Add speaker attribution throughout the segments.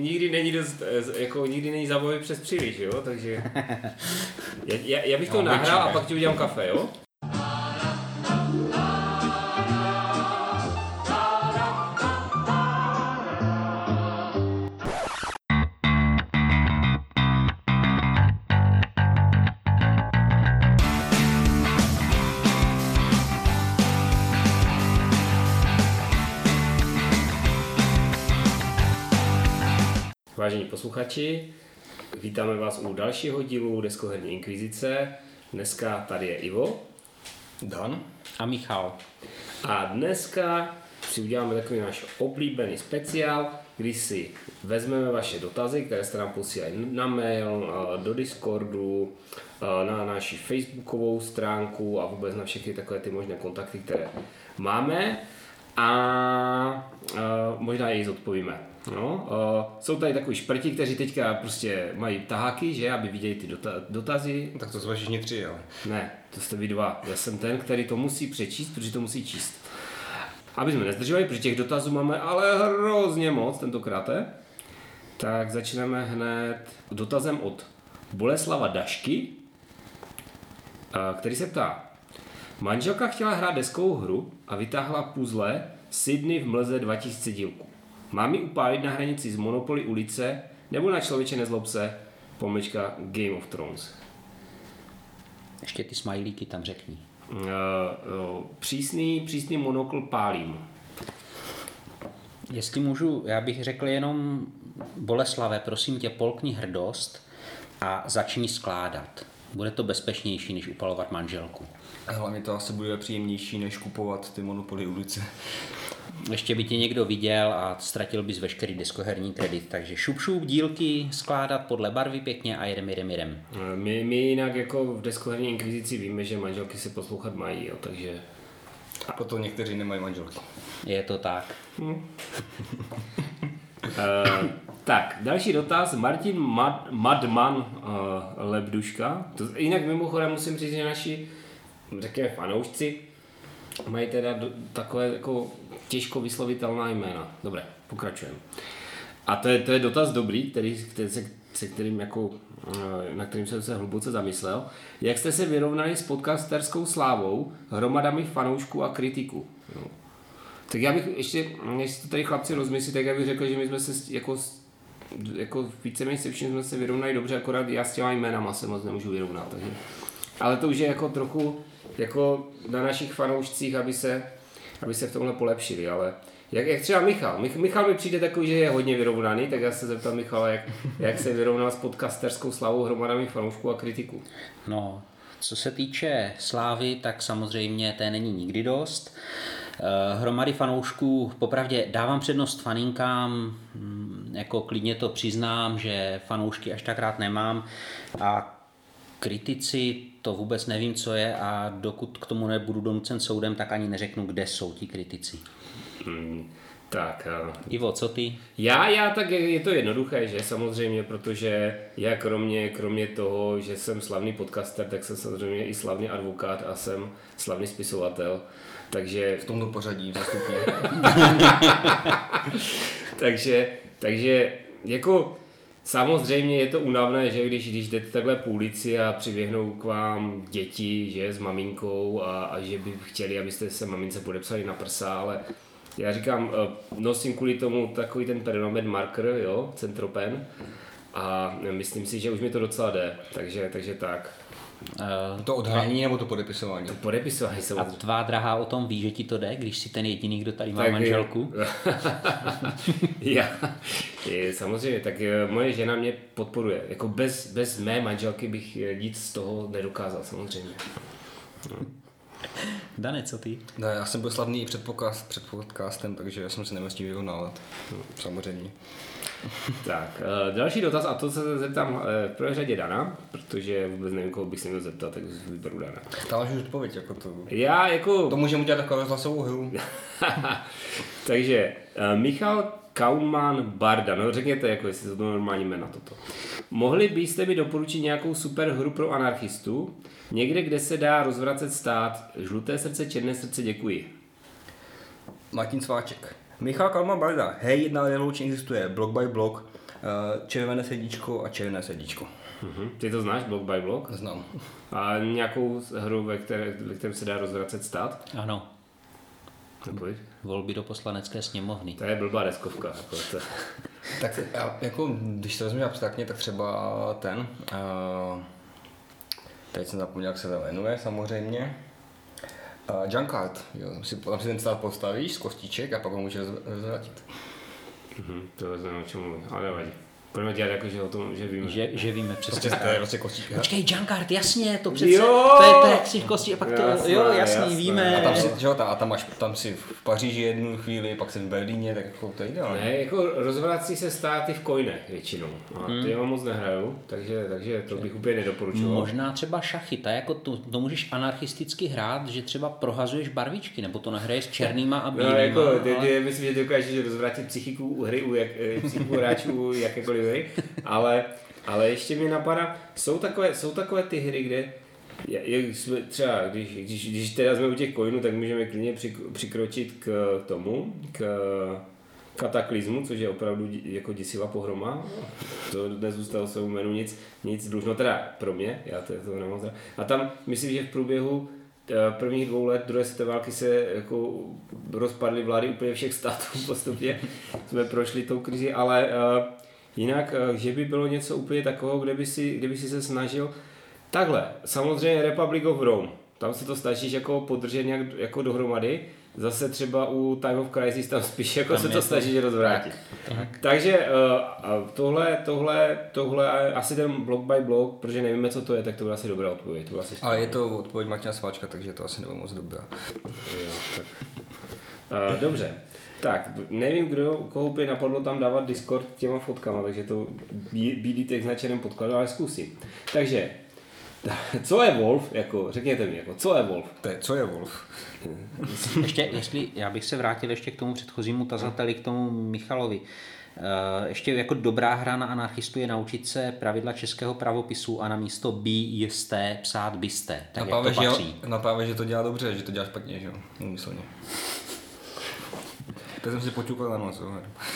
Speaker 1: nikdy není dost, jako nikdy není zábavy přes příliš, jo, takže já bych to nahrál a pak ti udělám kafe, jo? Vážení posluchači, vítáme vás u dalšího dílu Deskoherní inkvizice. Dneska tady je Ivo,
Speaker 2: Dan
Speaker 3: a Michal.
Speaker 1: A dneska si uděláme takový náš oblíbený speciál, kdy si vezmeme vaše dotazy, které jste nám posílali na mail, do Discordu, na naši facebookovou stránku a vůbec na všechny takové ty možné kontakty, které máme. A možná jej zodpovíme. No, jsou tady takový šprti, kteří teďka prostě mají taháky, že, aby viděli ty dotazy.
Speaker 2: Tak to jsou všichni tři, ale.
Speaker 1: Ne, to jste vy dva. Já jsem ten, který to musí přečíst, protože to musí číst. Aby jsme nezdržovali, protože těch dotazů máme ale hrozně moc tentokrát. Tak začneme hned dotazem od Boleslava Dašky, který se ptá: manželka chtěla hrát deskovou hru a vytáhla puzzle Sydney v mlze 2000 dílku. Mám ji upálit na hranici z Monopoly ulice nebo na Člověče nezlob se, pomlčka Game of Thrones?
Speaker 3: Ještě ty smajlíky tam řekni.
Speaker 1: Přísný monokl pálím.
Speaker 3: Jestli můžu, já bych řekl jenom Boleslave, prosím tě, polkni hrdost a začni skládat. Bude to bezpečnější, než upalovat manželku.
Speaker 2: A hlavně to asi bude příjemnější, než kupovat ty Monopoly ulice.
Speaker 3: Ještě by tě někdo viděl a ztratil bys veškerý deskoherní kredit, takže šup dílky skládat podle barvy pěkně a jedem.
Speaker 1: My jinak jako v deskoherní inkvizici víme, že manželky se poslouchat mají, jo, takže...
Speaker 2: A proto někteří nemají manželky.
Speaker 3: Je to tak.
Speaker 1: Tak, další dotaz, Martin Madman Lebduška. Jinak mimochodem musím říct, že naši, řekněme, fanoušci mají teda takové jako těžko vyslovitelná jména. Dobré, pokračujeme. A to je dotaz dobrý, na kterým jsem se hluboce zamyslel. Jak jste se vyrovnali s podcasterskou slávou, hromadami fanoušků a kritiků? No. Tak já bych ještě, než to tady chlapci rozmyslí, tak já bych řekl, že my jsme se jako víceméně se vším jsme se vyrovnali dobře, akorát já s těma jménama se moc nemůžu vyrovnat. Takže. Ale to už je jako trochu jako na našich fanoušcích, aby se v tomhle polepšili, ale jak třeba Michal. Michal mi přijde takový, že je hodně vyrovnaný, tak já se zeptám Michala, jak se vyrovnal s podcasterskou slávou hromadami fanoušků a kritiků.
Speaker 3: No, co se týče slávy, tak samozřejmě té není nikdy dost. Hromady fanoušků, popravdě dávám přednost faninkám, jako klidně to přiznám, že fanoušky až tak rád nemám a kritici to vůbec nevím, co je a dokud k tomu nebudu donucen soudem, tak ani neřeknu, kde jsou ti kritici.
Speaker 1: Tak.
Speaker 3: Ivo, co ty?
Speaker 1: Já tak je to jednoduché, že samozřejmě, protože já kromě toho, že jsem slavný podcaster, tak jsem samozřejmě i slavný advokát a jsem slavný spisovatel. Takže
Speaker 2: v tomto pořadí zastupně.
Speaker 1: takže jako samozřejmě je to únavné, že když jdete takhle po ulici a přiběhnou k vám děti, že s maminkou a že by chtěli, abyste se mamince podepsali na prsa, ale já říkám, nosím kvůli tomu takový ten permanent marker, jo, Centropen, a myslím si, že už mi to docela jde, takže tak.
Speaker 2: To odhánění nebo to podepisování?
Speaker 1: To podepisování samozřejmě.
Speaker 3: A tvá drahá o tom ví, že ti to jde, když jsi ten jediný, kdo tady má tak manželku?
Speaker 1: Samozřejmě, tak moje žena mě podporuje. Jako bez mé manželky bych nic z toho nedokázal, samozřejmě. No.
Speaker 3: Dane, co ty?
Speaker 2: Ne, já jsem byl slavný před podcastem, takže já jsem se neměl s tím vyrovnávat. Samozřejmě.
Speaker 1: Tak, další dotaz, a to se zeptám v prvé řadě Dana, protože vůbec nevím, koho bych se měl zeptat, tak vyberu Dana.
Speaker 2: Tam máš už odpověď, jako to.
Speaker 1: Já jako...
Speaker 2: To můžeme udělat takovou rozhlasovou hru.
Speaker 1: Takže, Michal Kaunman Barda, no řekněte, jako jestli to normální jména toto. Mohli byste mi doporučit nějakou super hru pro anarchistu? Někde, kde se dá rozvracet stát. Žluté srdce, černé srdce, děkuji.
Speaker 2: Martin Sváček. Michal Kalman Barda. Hej, jedna revoluce existuje. Block by block. Červené sedíčko a černé sedíčko.
Speaker 1: Ty to znáš, Block by Block?
Speaker 2: Znám.
Speaker 1: A nějakou hru, ve které se dá rozvracet stát?
Speaker 3: Ano.
Speaker 1: Neboj.
Speaker 3: Volby do poslanecké sněmovny.
Speaker 1: To je blbá deskovka. Jako to.
Speaker 2: Tak jako, když to vezmeš abstraktně, tak třeba ten, teď jsem zapomněl, jak se to jmenuje samozřejmě, Junkard, jo, tam si ten stát postavíš z kostiček a pak ho můžeš rozvratit.
Speaker 1: To je o čem mluvím, ale nevadí. Budeme dělat jako, že o tom, že víme.
Speaker 3: Že víme přesně.
Speaker 2: To je vlastně kostička.
Speaker 3: Počkej, Junkard, jasně, to přece,
Speaker 1: Jo!
Speaker 3: to je jak si v kosti, a pak to,
Speaker 1: Jasné,
Speaker 3: jo, jasný,
Speaker 1: jasné.
Speaker 3: víme.
Speaker 2: A tam si, že jo, tam si v Paříži jednu chvíli, pak si v Berlíně, tak jako to je ideální.
Speaker 1: Ne, jako rozvrací se státy v coinech většinou. A ty ho moc nehraju, takže to bych úplně nedoporučoval.
Speaker 3: Možná třeba šachy, ta jako to můžeš anarchisticky hrát, že třeba prohazuješ barvičky, nebo to nahraješ s černýma a bílýma.
Speaker 1: No, jako,
Speaker 3: ale...
Speaker 1: myslím, že ty dokážeš rozvrátit psychiku hry psychiku hráčů jakékoliv hry, ale ještě mi napadá, jsou takové ty hry, kde jak jsme třeba, když teda jsme u těch coinů, tak můžeme klidně přikročit k tomu, k kataklizmu, což je opravdu jako děsivá pohroma. To nezůstalo svému jménu nic dlužno, teda pro mě, já to nemoc. A tam myslím, že v průběhu prvních 2 let druhé světové války se jako rozpadly vlády úplně všech států postupně. Jsme prošli tou krizi, ale jinak, že by bylo něco úplně takového, kde by si se snažil. Takhle, samozřejmě Republic of Rome, tam se to snažíš jako podržet nějak jako dohromady, zase třeba u Time of Crisis tam spíš jako tam se to snažíš rozvrátit. Tak. Takže tohle asi ten block by block, protože nevíme, co to je, tak to byla asi dobrá odpověď.
Speaker 2: Ale je to odpověď Martina Sváčka, takže to asi nebude moc dobrá.
Speaker 1: Jo, tak. Dobře. Tak, nevím, koho úplně napadlo tam dávat Discord těma fotkama, takže to bílý text na černém podkladu, ale zkusím. Takže, co je Wolf? Jako, řekněte mi, jako, co je Wolf?
Speaker 2: Co je Wolf?
Speaker 3: Ještě, já bych se vrátil ještě k tomu předchozímu tazateli, k tomu Michalovi. Ještě jako dobrá hra na anarchistu je naučit se pravidla českého pravopisu a na místo by jste psát byste. Tak jak to patří.
Speaker 2: Napávě, že to dělá dobře, že to dělá špatně, že jo? Úmyslně. To jsem si počukal na noc.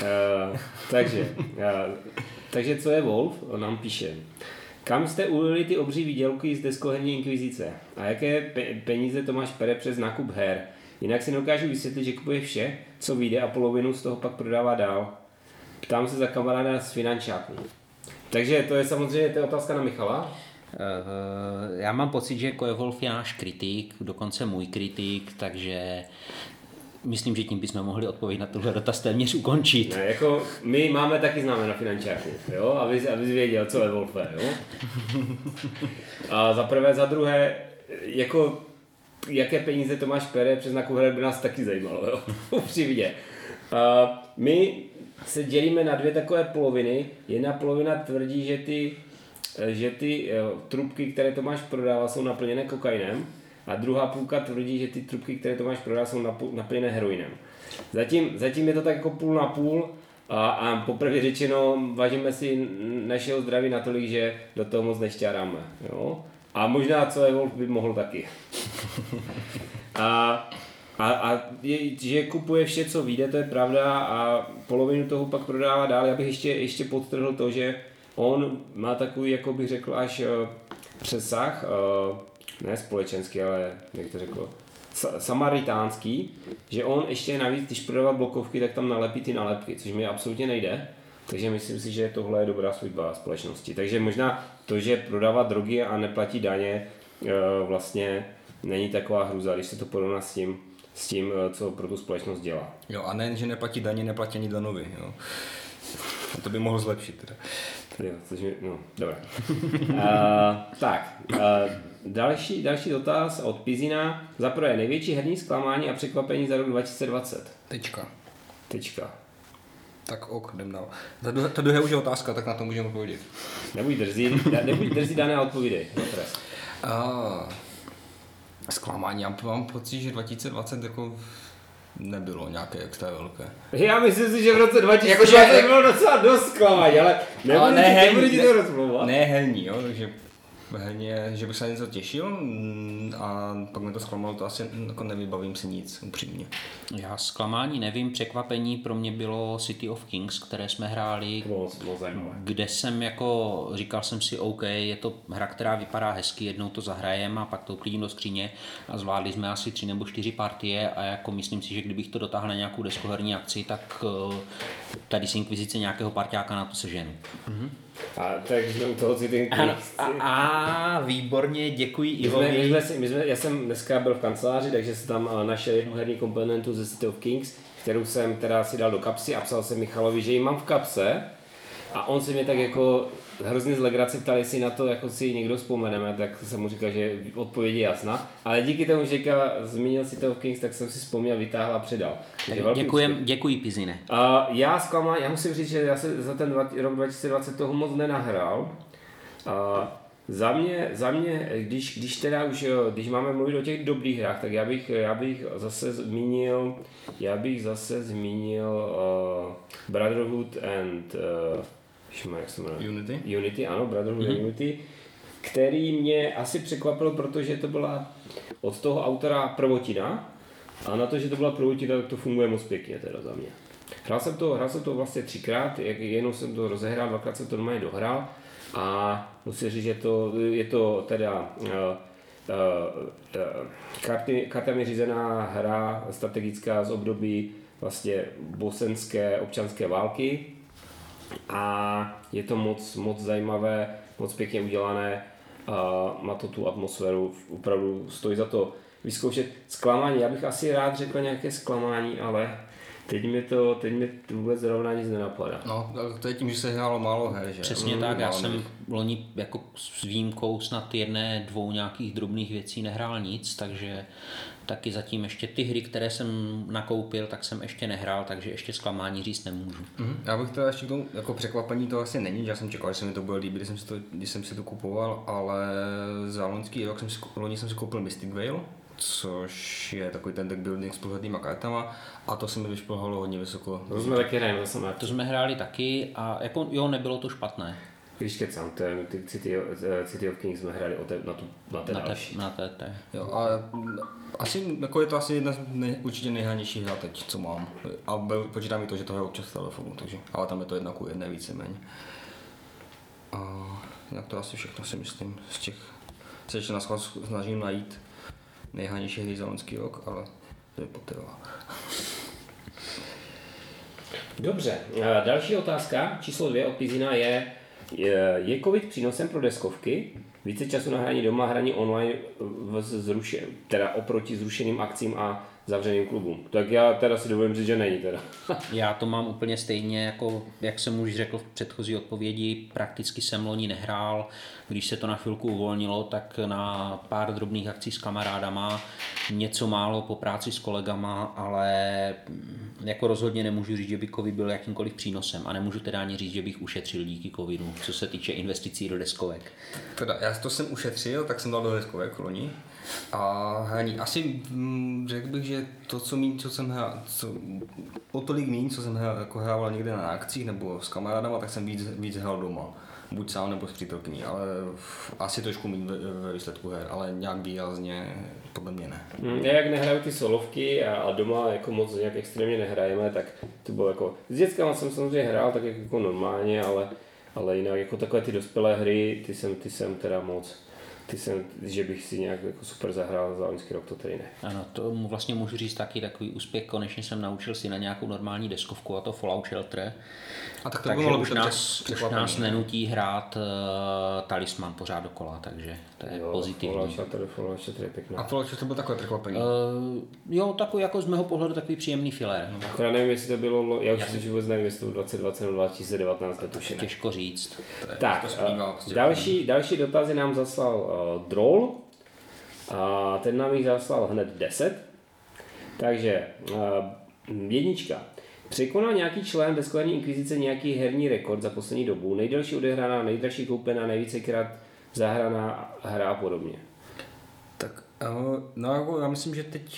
Speaker 1: Takže co je Wolf? On nám píše. Kam jste ulili ty obří výdělky z deskoherní inkvizice? A jaké peníze Tomáš pere přes nákup her? Jinak si nedokážu vysvětlit, že kupuje vše, co vyjde a polovinu z toho pak prodává dál. Ptám se za kamaráda z finančáků. Takže to je samozřejmě otázka na Michala.
Speaker 3: Já mám pocit, že Kojevolf je náš kritik, dokonce můj kritik, takže myslím, že tím bychom mohli odpověď na tuhle dotaz téměř ukončit.
Speaker 1: Ne, jako my máme taky známe na finančáku, jo, abys věděl, co je Wolfe, jo. A za prvé, za druhé, jako jaké peníze Tomáš pere přes nákup her by nás taky zajímalo, jo, upřímně. My se dělíme na 2 takové poloviny. Jedna polovina tvrdí, že ty trubky, které Tomáš prodává, jsou naplněné kokainem. A druhá půlka tvrdí, že ty trubky, které Tomáš prodává, jsou naplněné heroinem. Zatím je to tak jako půl na půl a poprvé řečeno vážíme si našeho zdraví natolik, že do toho moc nešťáráme. Jo? A možná co je Wolf by mohl taky. A že kupuje vše, co vyjde, to je pravda a polovinu toho pak prodává dál. Já bych ještě podtrhl to, že on má takový, jako bych řekl, až přesah, ne společenský, ale jak to řekl, samaritánský, že on ještě navíc, když prodává blokovky, tak tam nalepí ty nálepky, což mi absolutně nejde. Takže myslím si, že tohle je dobrá služba společnosti. Takže možná to, že prodává drogy a neplatí daně, vlastně není taková hruza, když se to porovná s tím, co pro tu společnost dělá.
Speaker 2: Jo, a nejen, že neplatí daně, neplatí ani danovy, jo. A to by mohl zlepšit teda.
Speaker 1: Jo, no, dobré. Další dotaz od Pizina. Za prvé, největší herní zklamání a překvapení za rok 2020. Tečka.
Speaker 2: Tak jdem dál. Ta druhá už je otázka, tak na to můžeme odpovědět.
Speaker 1: Nebuď drzí, dané odpovídej.
Speaker 2: Zklamání, já mám pocit, že 2020 jako nebylo nějaké extra velké.
Speaker 1: Já myslím si, že v roce 2020 bylo docela dost zklamání, ale nebudu ti to rozmlouvat.
Speaker 2: Ne herní, jo, takže... herně, že bych se na něco těšil a pak mě to zklamalo, to asi jako nevybavím si nic, upřímně.
Speaker 3: Já zklamání nevím, překvapení pro mě bylo City of Kings, které jsme hráli, kde jsem jako, říkal jsem si, OK, je to hra, která vypadá hezky, jednou to zahrajeme a pak to uklidím do skříně a zvládli jsme asi 3 nebo 4 partie a jako myslím si, že kdybych to dotáhl na nějakou deskoherní akci, tak tady z Inkvizice nějakého parťáka na to seženu.
Speaker 1: A takže u toho City of Kings.
Speaker 3: Výborně, děkuji Ivovi.
Speaker 1: Já jsem dneska byl v kanceláři, takže jsem tam našel jednu herní komponentu ze City of Kings, kterou jsem teda si dal do kapsy a psal jsem Michalovi, že ji mám v kapse a on se mě tak jako hrozně z legrace ptal, jestli na to jako si někdo vzpomeneme, tak jsem mu říkal, že odpověď je jasná, ale díky tomu, že zmínil City of Kings, tak jsem si vzpomněl, vytáhl a předal.
Speaker 3: Děkuji Pizine.
Speaker 1: Já musím říct, že já se za ten rok 2020 toho moc nenahrál. Za mě, když máme mluvit o těch dobrých hrách, tak já bych zase zmínil Brotherhood and jak se jmenuje? Unity, ano, Brotherhood and Unity, který mě asi překvapil, protože to byla od toho autora prvotina a na to, že to byla prvotina, tak to funguje moc pěkně teda za mě. Hrál jsem to vlastně 3krát, jenom jsem to rozehrál, 2krát jsem to normálně dohrál a musím říct, že je to teda kartami řízená hra strategická z období vlastně bosenské občanské války a je to moc zajímavé, moc pěkně udělané a má to tu atmosféru, opravdu stojí za to vyzkoušet. Zklamání, já bych asi rád řekl nějaké zklamání, ale teď mi vůbec zrovna nic nenapadá.
Speaker 2: No, to je tím, že se hrálo málo her, že?
Speaker 3: Přesně tak, já jsem loni jako s výjimkou snad 1-2 nějakých drobných věcí nehrál nic, takže taky zatím ještě ty hry, které jsem nakoupil, tak jsem ještě nehrál, takže ještě zklamání říct nemůžu.
Speaker 2: Já bych teda ještě k tomu, jako překvapení to asi není, že já jsem čekal, že se mi to bude líbit, když jsem si to kupoval, ale za loňský rok loni jsem si koupil Mystic Vale, což je takový ten deck building s průhlednýma kartama a to se mi vyšplhalo hodně vysoko.
Speaker 1: To jsme taky hráli,
Speaker 3: to jsme hráli taky a jako jo, nebylo to špatné.
Speaker 1: Když kecám, ty City of Kings jsme hráli na té další.
Speaker 2: Na té. Jo, a asi, jako je to asi jedna z určitě nejhranějších hra teď, co mám. A počítám i to, že to je občas v telefonu, takže, ale tam je to 1:1 víceméně. A jak to asi všechno si myslím, z těch se ještě snažím najít nejhranější hry za loňský rok, ale to je potrvá.
Speaker 1: Dobře, další otázka, číslo 2 od Pizina je COVID přínosem pro deskovky? Více času na hraní doma, hraní online teda oproti zrušeným akcím a zavřeným klubům. Tak já teda si dovolím říct, že není teda.
Speaker 3: Já to mám úplně stejně, jako jak jsem už řekl v předchozí odpovědi, prakticky jsem loni nehrál. Když se to na chvilku uvolnilo, tak na pár drobných akcí s kamarádama, něco málo po práci s kolegama, ale jako rozhodně nemůžu říct, že by covid byl jakýmkoliv přínosem a nemůžu teda ani říct, že bych ušetřil díky covidu, co se týče investicí do deskovek.
Speaker 2: Teda já to jsem ušetřil, tak jsem dal do deskovek loni. A hraní, asi řekl bych, že to, co jsem hrál, o tolik míň, co jsem hrával někde na akcích nebo s kamarádama, tak jsem víc hrál doma. Buď sám nebo s přítelkyní, ale asi trošku méně ve výsledku her, ale nějak výrazně podle mě ne.
Speaker 1: Já jak nehraju ty solovky a doma jako moc nějak extrémně nehrajeme, tak to bylo jako, s dětskama jsem samozřejmě hrál tak jako normálně, ale jinak jako takové ty dospělé hry, ty jsem teda moc, že bych si nějak jako super zahrál za loňský rok, to tedy ne.
Speaker 3: Ano, to vlastně můžu říct taky takový úspěch, konečně jsem naučil si na nějakou normální deskovku a to Fallout Shelter.
Speaker 2: A tak to
Speaker 3: takže už nás nenutí hrát Talisman pořád dokola, takže to je pozitivní.
Speaker 1: Fallout Shelter je pěkná.
Speaker 2: A Fallout Shelter byl takové překvapení?
Speaker 3: Jo, takový jako z mého pohledu takový příjemný filér.
Speaker 1: Já nevím, jestli to bylo, já už si vůbec nevím, jestli to bylo 2020 nebo 2019 letošek.
Speaker 3: Těžko říct.
Speaker 1: Tak, další dotazy nám zaslal Droll a ten nám jich zaslal hned 10. Takže jednička. Překonal nějaký člen deskové inkvizice nějaký herní rekord za poslední dobu? Nejdelší odehraná, nejdražší koupená, nejvícekrát zahraná hra a podobně?
Speaker 2: Tak, no jako já myslím, že teď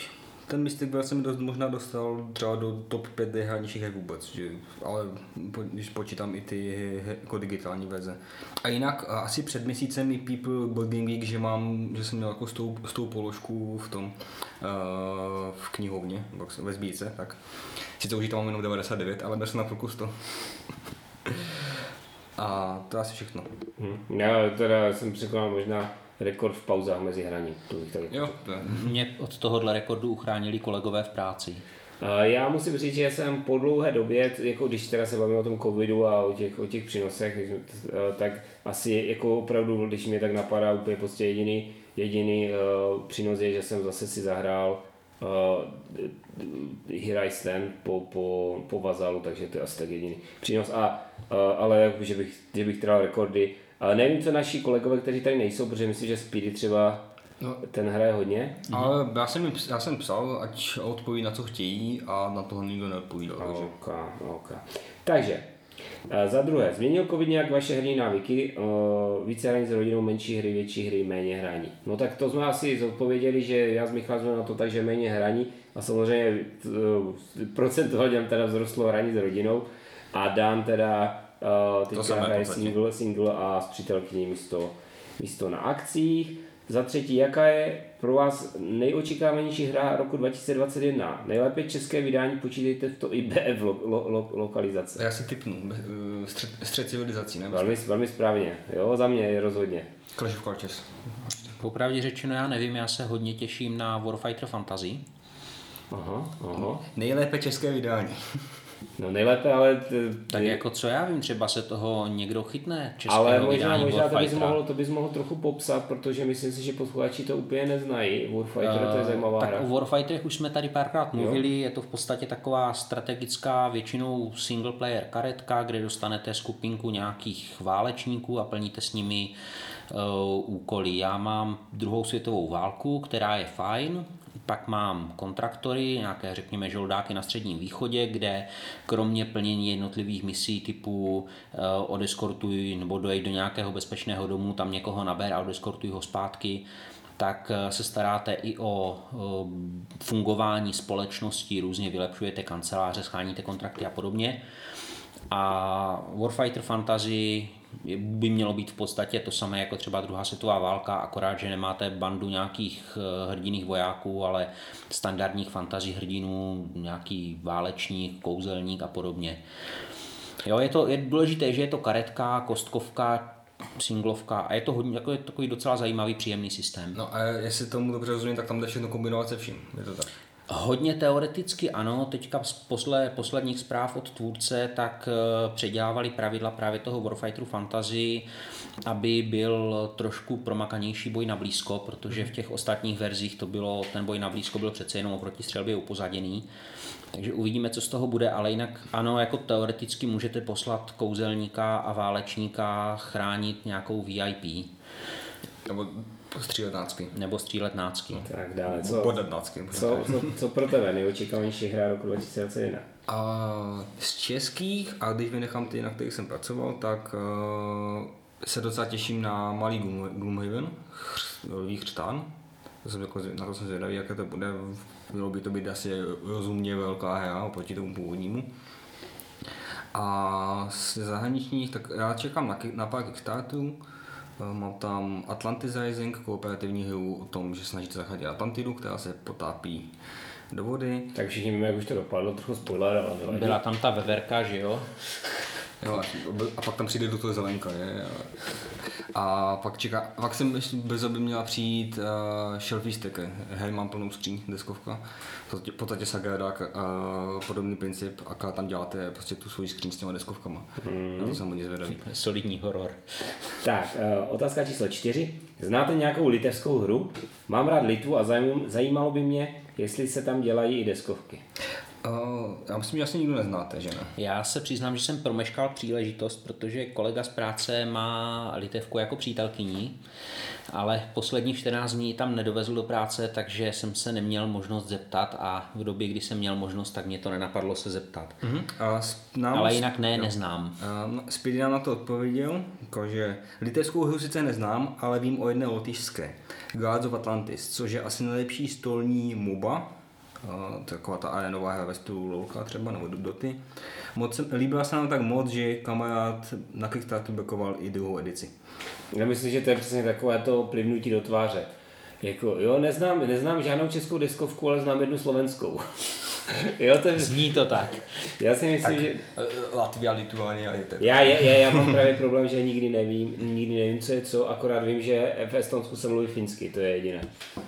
Speaker 2: ten Mystic Whale se mi možná dostal třeba do top 5 nejhranějších her vůbec, že, ale když počítám i ty jako digitální verze. A jinak asi před měsícem mi People Board Game Geek, že jsem měl jako s tou položku v tom v knihovně, ve sbírce, tak sice už tam mám jenom 99, ale byl jsem na půlku 100. A to je asi všechno.
Speaker 1: Já teda jsem překonal možná rekord v pauzách mezi hraním.
Speaker 2: Jo,
Speaker 3: Mě od tohohle rekordu uchránili kolegové v práci.
Speaker 1: Já musím říct, že jsem po dlouhé době, jako když teda se bavím o tom covidu a o těch přínosech, tak asi jako opravdu, když mě tak napadá úplně prostě jediný přínos je, že jsem zase si zahrál Here I Stand po Vazalu, takže to je asi tak jediný přínos. Ale že bych trval rekordy. Ale nevím, co naši kolegové, kteří tady nejsou, protože myslím, že Speedy třeba ten hraje hodně.
Speaker 2: Ale já jsem psal, ať odpoví na co chtějí a na toho nikdo neodpovídal.
Speaker 1: Okay. Takže, za druhé, změnil covid nějak vaše herní návyky? Více hraní s rodinou, menší hry, větší hry, méně hraní. No tak to jsme asi zodpověděli, že já s Michalem jsme na to tak, že méně hraní a samozřejmě procentuálně teda vzrostlo hraní s rodinou a Dan teda teďka hraje single a s přítelkyní místo na akcích. Za třetí, jaká je pro vás nejočekávanější hra roku 2021? Nejlépe české vydání, počítejte v to i BF lokalizace.
Speaker 2: Já si tipnu, střed civilizací, ne?
Speaker 1: Velmi správně, jo, za mě je rozhodně.
Speaker 2: Clash of Cultures.
Speaker 3: Popravdě řečeno, já nevím, já se hodně těším na Warfighter Fantasy.
Speaker 1: Aha.
Speaker 2: Nejlépe české vydání.
Speaker 1: No nejlépe, ale...
Speaker 3: Tak jako co já vím, třeba se toho někdo chytne českého
Speaker 1: ale
Speaker 3: vydání
Speaker 1: možná
Speaker 3: Warfightera.
Speaker 1: to bys mohl trochu popsat, protože myslím si, že posluchači to úplně neznají. Warfighter to je zajímavá
Speaker 3: tak
Speaker 1: hra.
Speaker 3: o Warfighterech už jsme tady párkrát mluvili, je to v podstatě taková strategická, většinou single player karetka, kde dostanete skupinku nějakých válečníků a plníte s nimi úkoly. Já mám druhou světovou válku, která je fajn, pak mám kontraktory, nějaké řekněme žoldáky na Středním východě, kde kromě plnění jednotlivých misí typu odeskortuj nebo dojď do nějakého bezpečného domu, tam někoho naber a odeskortuj ho zpátky, tak se staráte i o fungování společnosti, různě vylepšujete kanceláře, scháníte kontrakty a podobně. A Warfighter Fantasy by mělo být v podstatě to samé jako třeba druhá světová válka, akorát, že nemáte bandu nějakých hrdinných vojáků, ale standardních fantasy hrdinů, nějaký válečník, kouzelník a podobně. Jo, je důležité, že je to karetka, kostkovka, singlovka a je to hodně, jako je takový docela zajímavý, příjemný systém.
Speaker 2: No a jestli tomu dobře rozumím, tak tam jde všechno kombinovat se vším, je to tak?
Speaker 3: Hodně teoreticky ano, teďka z posledních zpráv od tvůrce tak předělávali pravidla právě toho Warfighteru Fantasy, aby byl trošku promakanější boj na blízko, protože v těch ostatních verzích ten boj na blízko byl přece jenom oproti střelbě upozaděný. Takže uvidíme, co z toho bude, ale jinak ano, jako teoreticky můžete poslat kouzelníka a válečníka chránit nějakou VIP. Nebo střílet nácky.
Speaker 1: Tak dále, co pro tebe nejočekávanější hra roku 2021?
Speaker 2: Z českých, a když vynechám ty, na kterých jsem pracoval, tak se docela těším na malý Gloomhaven, Lví chřtán. Na to jsem zvědavý, jaké to bude. Mělo by to být asi rozumně velká hra oproti tomu původnímu. A z zahraničních, tak já čekám na pár Kickstarterů. Mám tam Atlantis Rising, kooperativní hru o tom, že snažíte zachránit Atlantidu, která se potápí do vody.
Speaker 1: Tak všichni víme, jak už to dopadlo, trochu spoiler, ale...
Speaker 3: Byla tam ta veverka, že jo?
Speaker 2: Jo, a pak tam přijde do toho zelenka, je. A pak jsem ještě brzo by měla přijít Shelfie Stacker. Hej, mám plnou skříň, deskovka. V podstatě Sagrada, podobný princip, a tam děláte prostě tu svoji skříň s těma deskovkama. Na to jsem hodně zvědavý.
Speaker 3: Solidní horor.
Speaker 1: Tak, otázka číslo 4. Znáte nějakou litevskou hru? Mám rád Litvu a zajímalo by mě, jestli se tam dělají i deskovky.
Speaker 2: Já myslím, že asi nikdo neznáte, že ne?
Speaker 3: Já se přiznám, že jsem promeškal příležitost, protože kolega z práce má Litevku jako přítelkyní, ale posledních 14 dní tam nedovezl do práce, takže jsem se neměl možnost zeptat a v době, kdy jsem měl možnost, tak mě to nenapadlo se zeptat. Ale jinak neznám.
Speaker 2: Speedy nám na to odpověděl, že litevskou hru sice neznám, ale vím o jedné lotyšské. Gods of Atlantis, což je asi nejlepší stolní MOBA taková ta arenová hra ve stylu LoLka třeba, nebo Doty. Líbila se nám tak moc, že kamarád na Kickstarteru backoval i druhou edici.
Speaker 1: Já myslím, že to je přesně takové to plivnutí do tváře. Jako, jo, neznám žádnou českou deskovku, ale znám jednu slovenskou. Jo,
Speaker 3: Zní to tak.
Speaker 1: Já si myslím,
Speaker 2: tak,
Speaker 1: že...
Speaker 2: Latvia, Lituania je to.
Speaker 1: Já mám právě problém, že nikdy nevím, co je co, akorát vím, že v Estonsku se mluví finsky, to je jediné.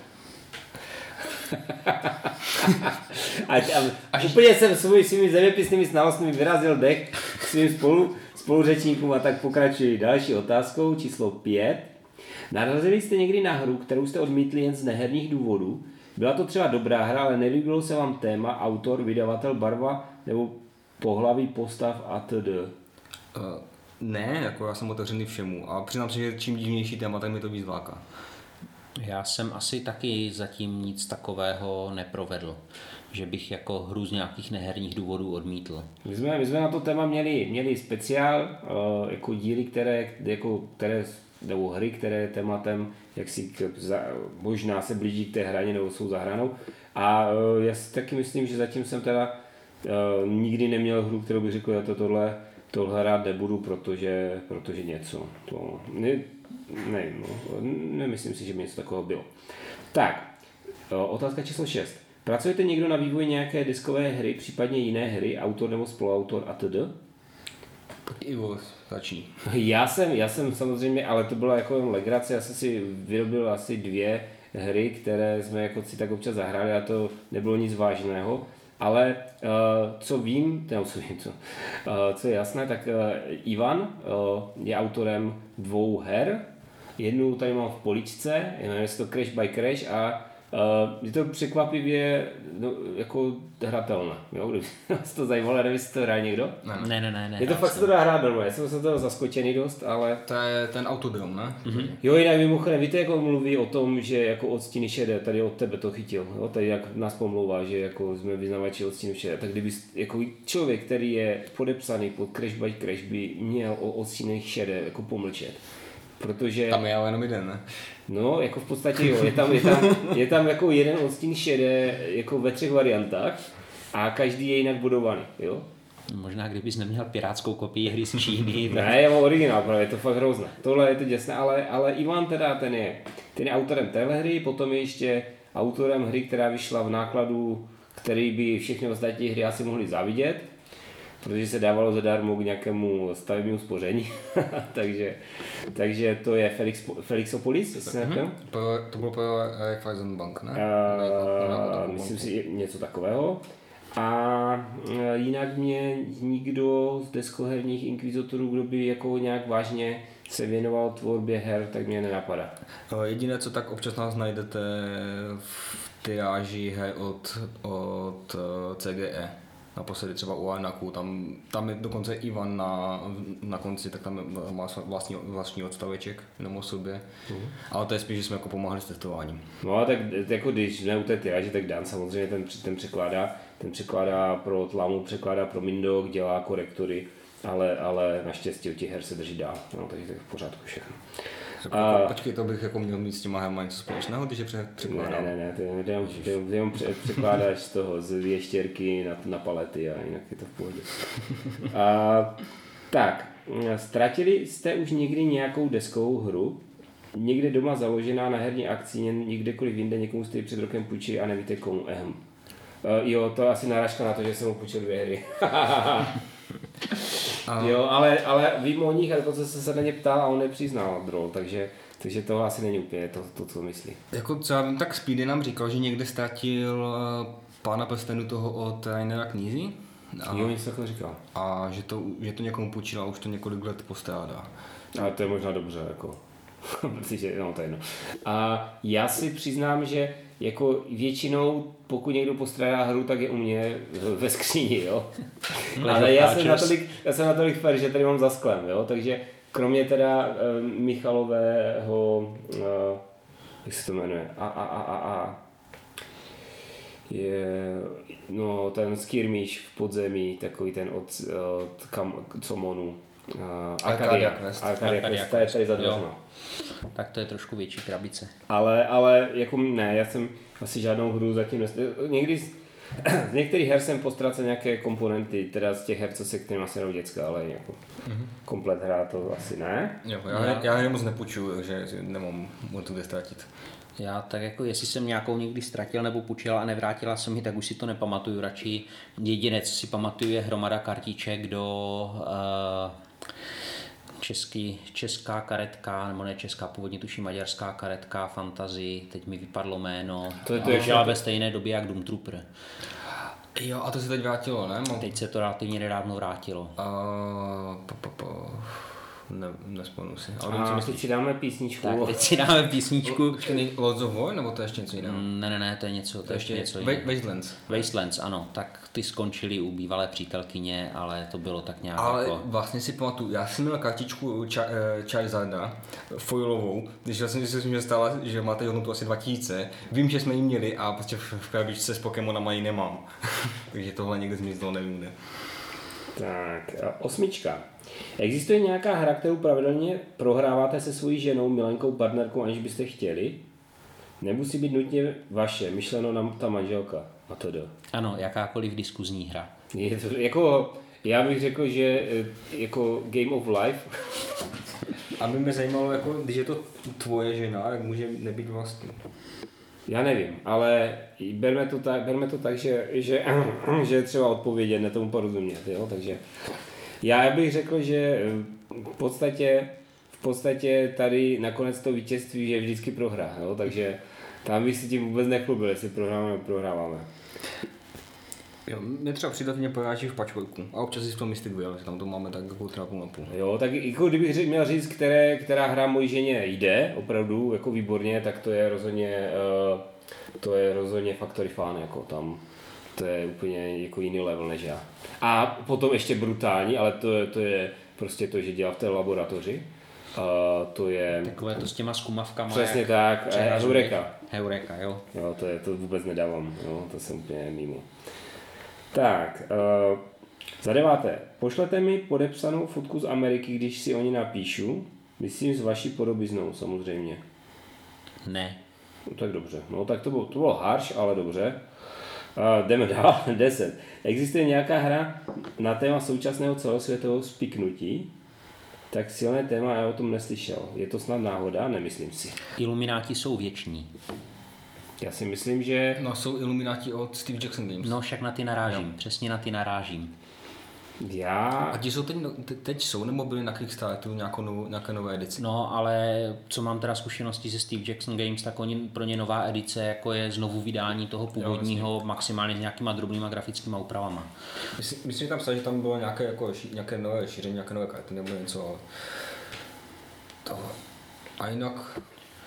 Speaker 1: A úplně jsem svými zeměpisnými znalostmi vyrazil dech svým spoluřečníkům a tak pokračuji další otázkou číslo 5. Narazili jste někdy na hru, kterou jste odmítli jen z neherních důvodů? Byla to třeba dobrá hra, ale nelíbilo se vám téma, autor, vydavatel, barva nebo pohlaví postav atd.
Speaker 2: Ne, jako já jsem otevřený všemu a přiznám se, že čím divnější téma, tak mi to víc láká.
Speaker 3: Já jsem asi taky zatím nic takového neprovedl, že bych jako hru z nějakých neherních důvodů odmítl.
Speaker 1: My jsme na to téma měli speciál, jako díly, které nebo hry, které tématem možná se blíží k té hraně nebo jsou za hranou. A já si taky myslím, že zatím jsem teda nikdy neměl hru, kterou bych řekl, že tohle hrát nebudu, protože něco. Nemyslím si, že by něco takového bylo. Tak, otázka číslo 6. Pracujete někdo na vývoji nějaké deskové hry, případně jiné hry, autor nebo spoluautor atd.?
Speaker 2: Tak Ivo, začni.
Speaker 1: Já jsem samozřejmě, ale to byla jako legrace, já jsem si vyrobil asi 2 hry, které jsme jako si tak občas zahráli a to nebylo nic vážného. Ale co je jasné, tak Ivan je autorem 2 her. Jednu tady mám v poličce, jmenuje se to Crash by Crash a je to překvapivě jako hratelné. Jo? Kdyby vás to zajímalo, nevím, jestli to hrál někdo?
Speaker 3: Ne.
Speaker 1: Je to fakt se to dá hrát normálně, jsem se toho zaskočený dost, ale...
Speaker 2: To je ten Autodrom, ne?
Speaker 1: Mm-hmm. Jo, jinak mimochodem, víte, jak on mluví o tom, že jako odstíny šedé, tady od tebe to chytil, jo? Tady jak nás pomlouvá, že jako jsme vyznavači odstínu šedé, tak kdyby jako člověk, který je podepsaný pod Crash by Crash, by měl o odstínech šedé jako pomlčet. Protože...
Speaker 2: Tam je ale jenom jeden, ne?
Speaker 1: No, jako v podstatě jo, je tam jako jeden odstín šedé jako ve 3 variantách a každý je jinak budovaný, jo?
Speaker 3: Možná kdybys neměl pirátskou kopii hry z Číny.
Speaker 1: Ne, já mám originál, právě je to fakt hrozné. Tohle je to děsné, ale Ivan teda ten je autorem téhle hry, potom je ještě autorem hry, která vyšla v nákladu, který by všechny ostatní hry asi mohli závidět, protože se dávalo zadarmo k nějakému stavebnímu spoření, takže to je Felixopolis, jestli se nepůjdu.
Speaker 2: To bylo pro Raiffeisenbank, ne?
Speaker 1: Myslím si něco takového. A jinak mě nikdo z deskoherních inkvizitorů, kdo by jako nějak vážně se věnoval tvorbě her, tak mě nenapadá.
Speaker 2: Jediné, co tak občas nás najdete v tyráži her od CGE. Naposledy třeba u Anaku, tam je dokonce Ivan na konci, tak tam má vlastní odstaveček jenom o sobě. Ale to je spíš, že jsme jako pomáhali s testováním.
Speaker 1: No a tak jako když ne u té tyráži, tak Dan samozřejmě ten překládá pro Tlamu, překládá pro Mindok, dělá korektory, ale naštěstí od těch her se drží dál, no, takže to je v pořádku všechno.
Speaker 2: Počkej, to bych jako měl mít s těma herma něco společného, když je překládám.
Speaker 1: Ne, ty jenom překládáš z toho, z věštěrky na palety a jinak je to v pohodě. Tak, ztratili jste už někdy nějakou deskovou hru? Někde doma založená na herní akci, někdekoliv jinde, někomu jste ji před rokem půjčili a nevíte komu. Jo, to je asi narážka na to, že jsem mu půjčil 2 hry. Jo, ale vím o nich a dokonce jsem se na ně ptal a on nepřiznal drol, takže to asi není úplně to, co myslí.
Speaker 2: Jako co já vím, tak Speedy nám říkal, že někde ztratil Pána prstenů toho od Rainera Knízy.
Speaker 1: Jo, něco takového říkal.
Speaker 2: A že to někomu půjčil a už to několik let postrádá.
Speaker 1: Ale to je možná dobře, jako. Protože, no to je jedno. A já si přiznám, že jako většinou, pokud někdo postrádá hru, tak je u mě ve skříni, jo. Ale já jsem natolik fair, že tady mám za sklem, jo, takže kromě teda Michalového, jak se to jmenuje, no ten skirmish v podzemí, takový ten od Comonu. Arcadia Quest, ta je tady za dveřma.
Speaker 3: Tak to je trošku větší krabice.
Speaker 1: Ale jako ne, já jsem asi žádnou hru zatím někdy Z některých her jsem postracel nějaké komponenty, teda z těch her, co se kterým asi hrajou děcka, ale jako komplet hra to asi ne.
Speaker 2: Jo, já je moc nepůjčuju, takže nemám moc kde ztratit.
Speaker 3: Já tak jako, jestli jsem nějakou někdy ztratil nebo půjčila a nevrátila jsem ji, tak už si to nepamatuju. Radši jediné, co si pamatuju, je hromada kartiček do česká karetka, nebo ne česká, původně tuším maďarská karetka, Fantasy, teď mi vypadlo jméno. To je ve stejné době jak Doom Trooper.
Speaker 2: Jo, a to se teď vrátilo, ne?
Speaker 3: Teď se to relativně nedávno vrátilo.
Speaker 2: Nespomenu si.
Speaker 1: A teď si dáme písničku.
Speaker 3: Tak, teď si dáme písničku.
Speaker 2: Lords of War, nebo to je ještě něco jiného?
Speaker 3: Ne, to je něco, to je ještě něco jiného. Wastelands, ano, tak ty skončili u bývalé přítelkyně, ale to bylo tak nějak
Speaker 2: ale
Speaker 3: jako...
Speaker 2: vlastně si pamatuju, já jsem měl kartičku Charizarda, foilovou, když jsem si že stála, že máte hodnotu asi 2000, vím, že jsme ji měli a prostě v krabičce s Pokémonama ji nemám. Takže tohle někde zmizlo, nevím kde.
Speaker 1: Tak, 8. Existuje nějaká hra, kterou pravidelně prohráváte se svojí ženou, milenkou, partnerkou, aniž byste chtěli? Nemusí být nutně vaše, myšleno na ta manželka. A to do.
Speaker 3: Ano, jakákoliv diskuzní hra.
Speaker 1: Je to, jako, já bych řekl, že jako Game of Life.
Speaker 2: A by mě zajímalo, jako, když je to tvoje žena, jak může nebýt vlastně?
Speaker 1: Já nevím, ale berme to tak, že je třeba odpovědět, ne tomu porozumět, jo? Takže já bych řekl, že v podstatě tady nakonec to vítězství je vždycky prohra, jo? Takže tam bych si tím vůbec nechlubil, jestli prohráváme.
Speaker 2: Jo, mě třeba přidatně poráží v patchworku a občas si v tom Mystic Vale, že tam to máme tak jako třeba půl na půl.
Speaker 1: Jo, tak jako kdybych měl říct, která hra mojí ženě jde, opravdu jako výborně, tak to je rozhodně Factory Fan, jako tam to je úplně jako jiný level než já. A potom ještě brutální, ale to je prostě to, že dělá v té laboratoři. To je...
Speaker 3: Takové to s těma zkumavkama.
Speaker 1: Přesně tak,
Speaker 3: Heureka, jo.
Speaker 1: Jo, to vůbec nedávám, jo, to jsem úplně mimo. Tak, za 9. Pošlete mi podepsanou fotku z Ameriky, když si o ní napíšu. Myslím s vaší podobiznou, samozřejmě.
Speaker 3: Ne.
Speaker 1: No tak dobře, no tak to bylo harsh, ale dobře. Jdeme dál, 10. Existuje nějaká hra na téma současného celosvětového spiknutí? Tak silné téma, já o tom neslyšel. Je to snad náhoda? Nemyslím si.
Speaker 3: Ilumináti jsou věční.
Speaker 1: Já si myslím, že...
Speaker 2: No jsou Ilumináti od Steve Jackson Games.
Speaker 3: No však na ty narážím, přesně na ty narážím.
Speaker 2: A ti jsou teď jsou nebo byli na Kickstarteru nějaké nové edici?
Speaker 3: No, ale co mám teda zkušenosti ze Steve Jackson Games, tak pro ně nová edice jako je znovu vydání toho původního, maximálně s nějakýma drobnýma grafickýma úpravama.
Speaker 2: Myslím, že tam že tam bylo nějaké nové šíření, nějaké nové karty nebo něco, ale tohle. A jinak...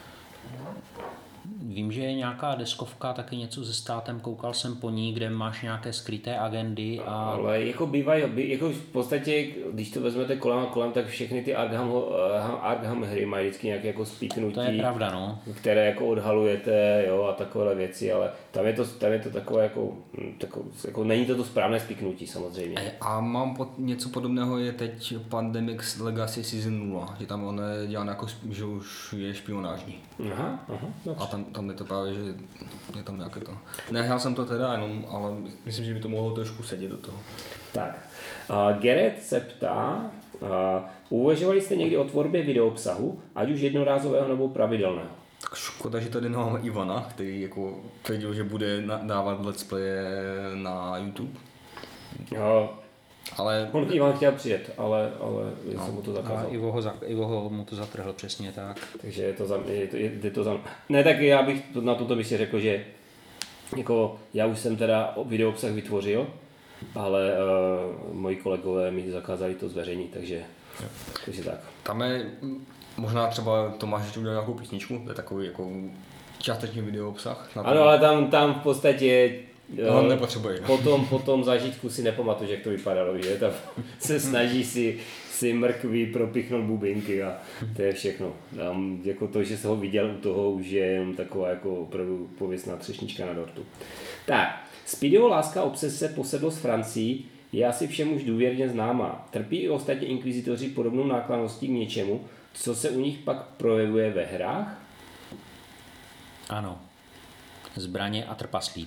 Speaker 3: Vím, že je nějaká deskovka, taky něco se státem, koukal jsem po ní, kde máš nějaké skryté agendy a...
Speaker 1: Ale jako bývají, jako v podstatě, když to vezmete kolem, tak všechny ty Arkham hry mají vždycky nějaké jako spíknutí. To
Speaker 3: je pravda, no.
Speaker 1: Které jako odhalujete, jo, a takové věci, ale tam je to takové jako není to správné spíknutí samozřejmě.
Speaker 2: A mám něco podobného je teď Pandemic Legacy Season 0, že tam on dělá jako, že už je špionážní.
Speaker 1: Aha.
Speaker 2: A tam je to právě, že je tam nějaké to. Nehrál jsem to teda jenom, ale myslím, že by to mohlo trošku sedět do toho.
Speaker 1: Tak, Gerrit se ptá, uvažovali jste někdy o tvorbě videoobsahu, ať už jednorázového nebo pravidelného?
Speaker 2: Tak škoda, že tady nemáme Ivana, který jako tvrdil, že bude dávat let's play na YouTube.
Speaker 1: Jo.
Speaker 2: Ale...
Speaker 1: On Ivan chtěl přijet, ale jsem mu to zakázal.
Speaker 3: Ivo mu to zatrhl, přesně tak.
Speaker 1: Takže je to za... Ne, tak já bych na toto bych si řekl, že jako já už jsem teda videoobsah vytvořil, ale moji kolegové mi zakázali to zveřejnit, takže tak.
Speaker 2: Tam je možná třeba Tomáš ještě udělal nějakou písničku, to je takový jako částečný videoobsah.
Speaker 1: Ano, ale tam v podstatě
Speaker 2: to nepotřebuješ.
Speaker 1: Po tom zážitku si nepamatuju, jak to vypadalo, že? Tam se snaží si mrkví propichnout bubinky a to je všechno. Tam, jako to, že se ho viděl u toho, už je jenom taková jako opravdu pověstná třešnička na dortu. Tak, Speedyho láska obsese posedlost Francii je asi všem už důvěrně známá. Trpí i ostatní inkvizitoři podobnou nákladností k něčemu, co se u nich pak projevuje ve hrách?
Speaker 3: Ano. Zbraně a trpaslíci.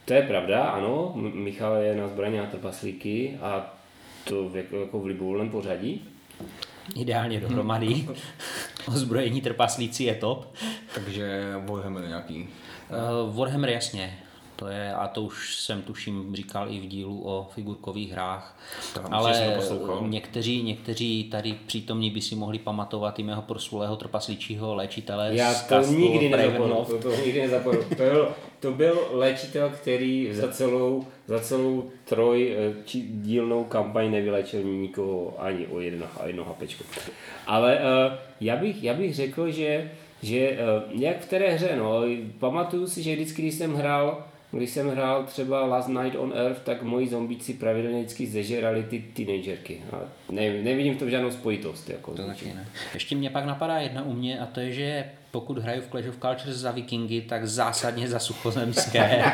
Speaker 1: To je pravda, ano. Michal je na zbraně a trpaslíky a to jako v libovolném pořadí.
Speaker 3: Ideálně dohromady. Ozbrojení trpaslíci je top.
Speaker 2: Takže Warhammer nějaký.
Speaker 3: Warhammer jasně. To je, a to už jsem tuším říkal i v dílu o figurkových hrách. Ale někteří tady přítomní by si mohli pamatovat i mého proslulého trpaslíčího léčitele.
Speaker 1: Já to nikdy nezapomenu. To byl léčitel, který za celou dílnou kampaň nevylečil nikoho ani o jedno hapečko. Ale já bych řekl, že jak v té hře, no, pamatuju si, že vždycky, když jsem hrál třeba Last Night on Earth, tak moji zombíci pravidelně vždycky zežerali ty teenagerky. Nevidím v tom žádnou spojitost. Jako
Speaker 3: to taky ne. Ještě mě pak napadá jedna u mě a to je, že pokud hraju v Clash of Cultures za vikingy, tak zásadně za suchozemské.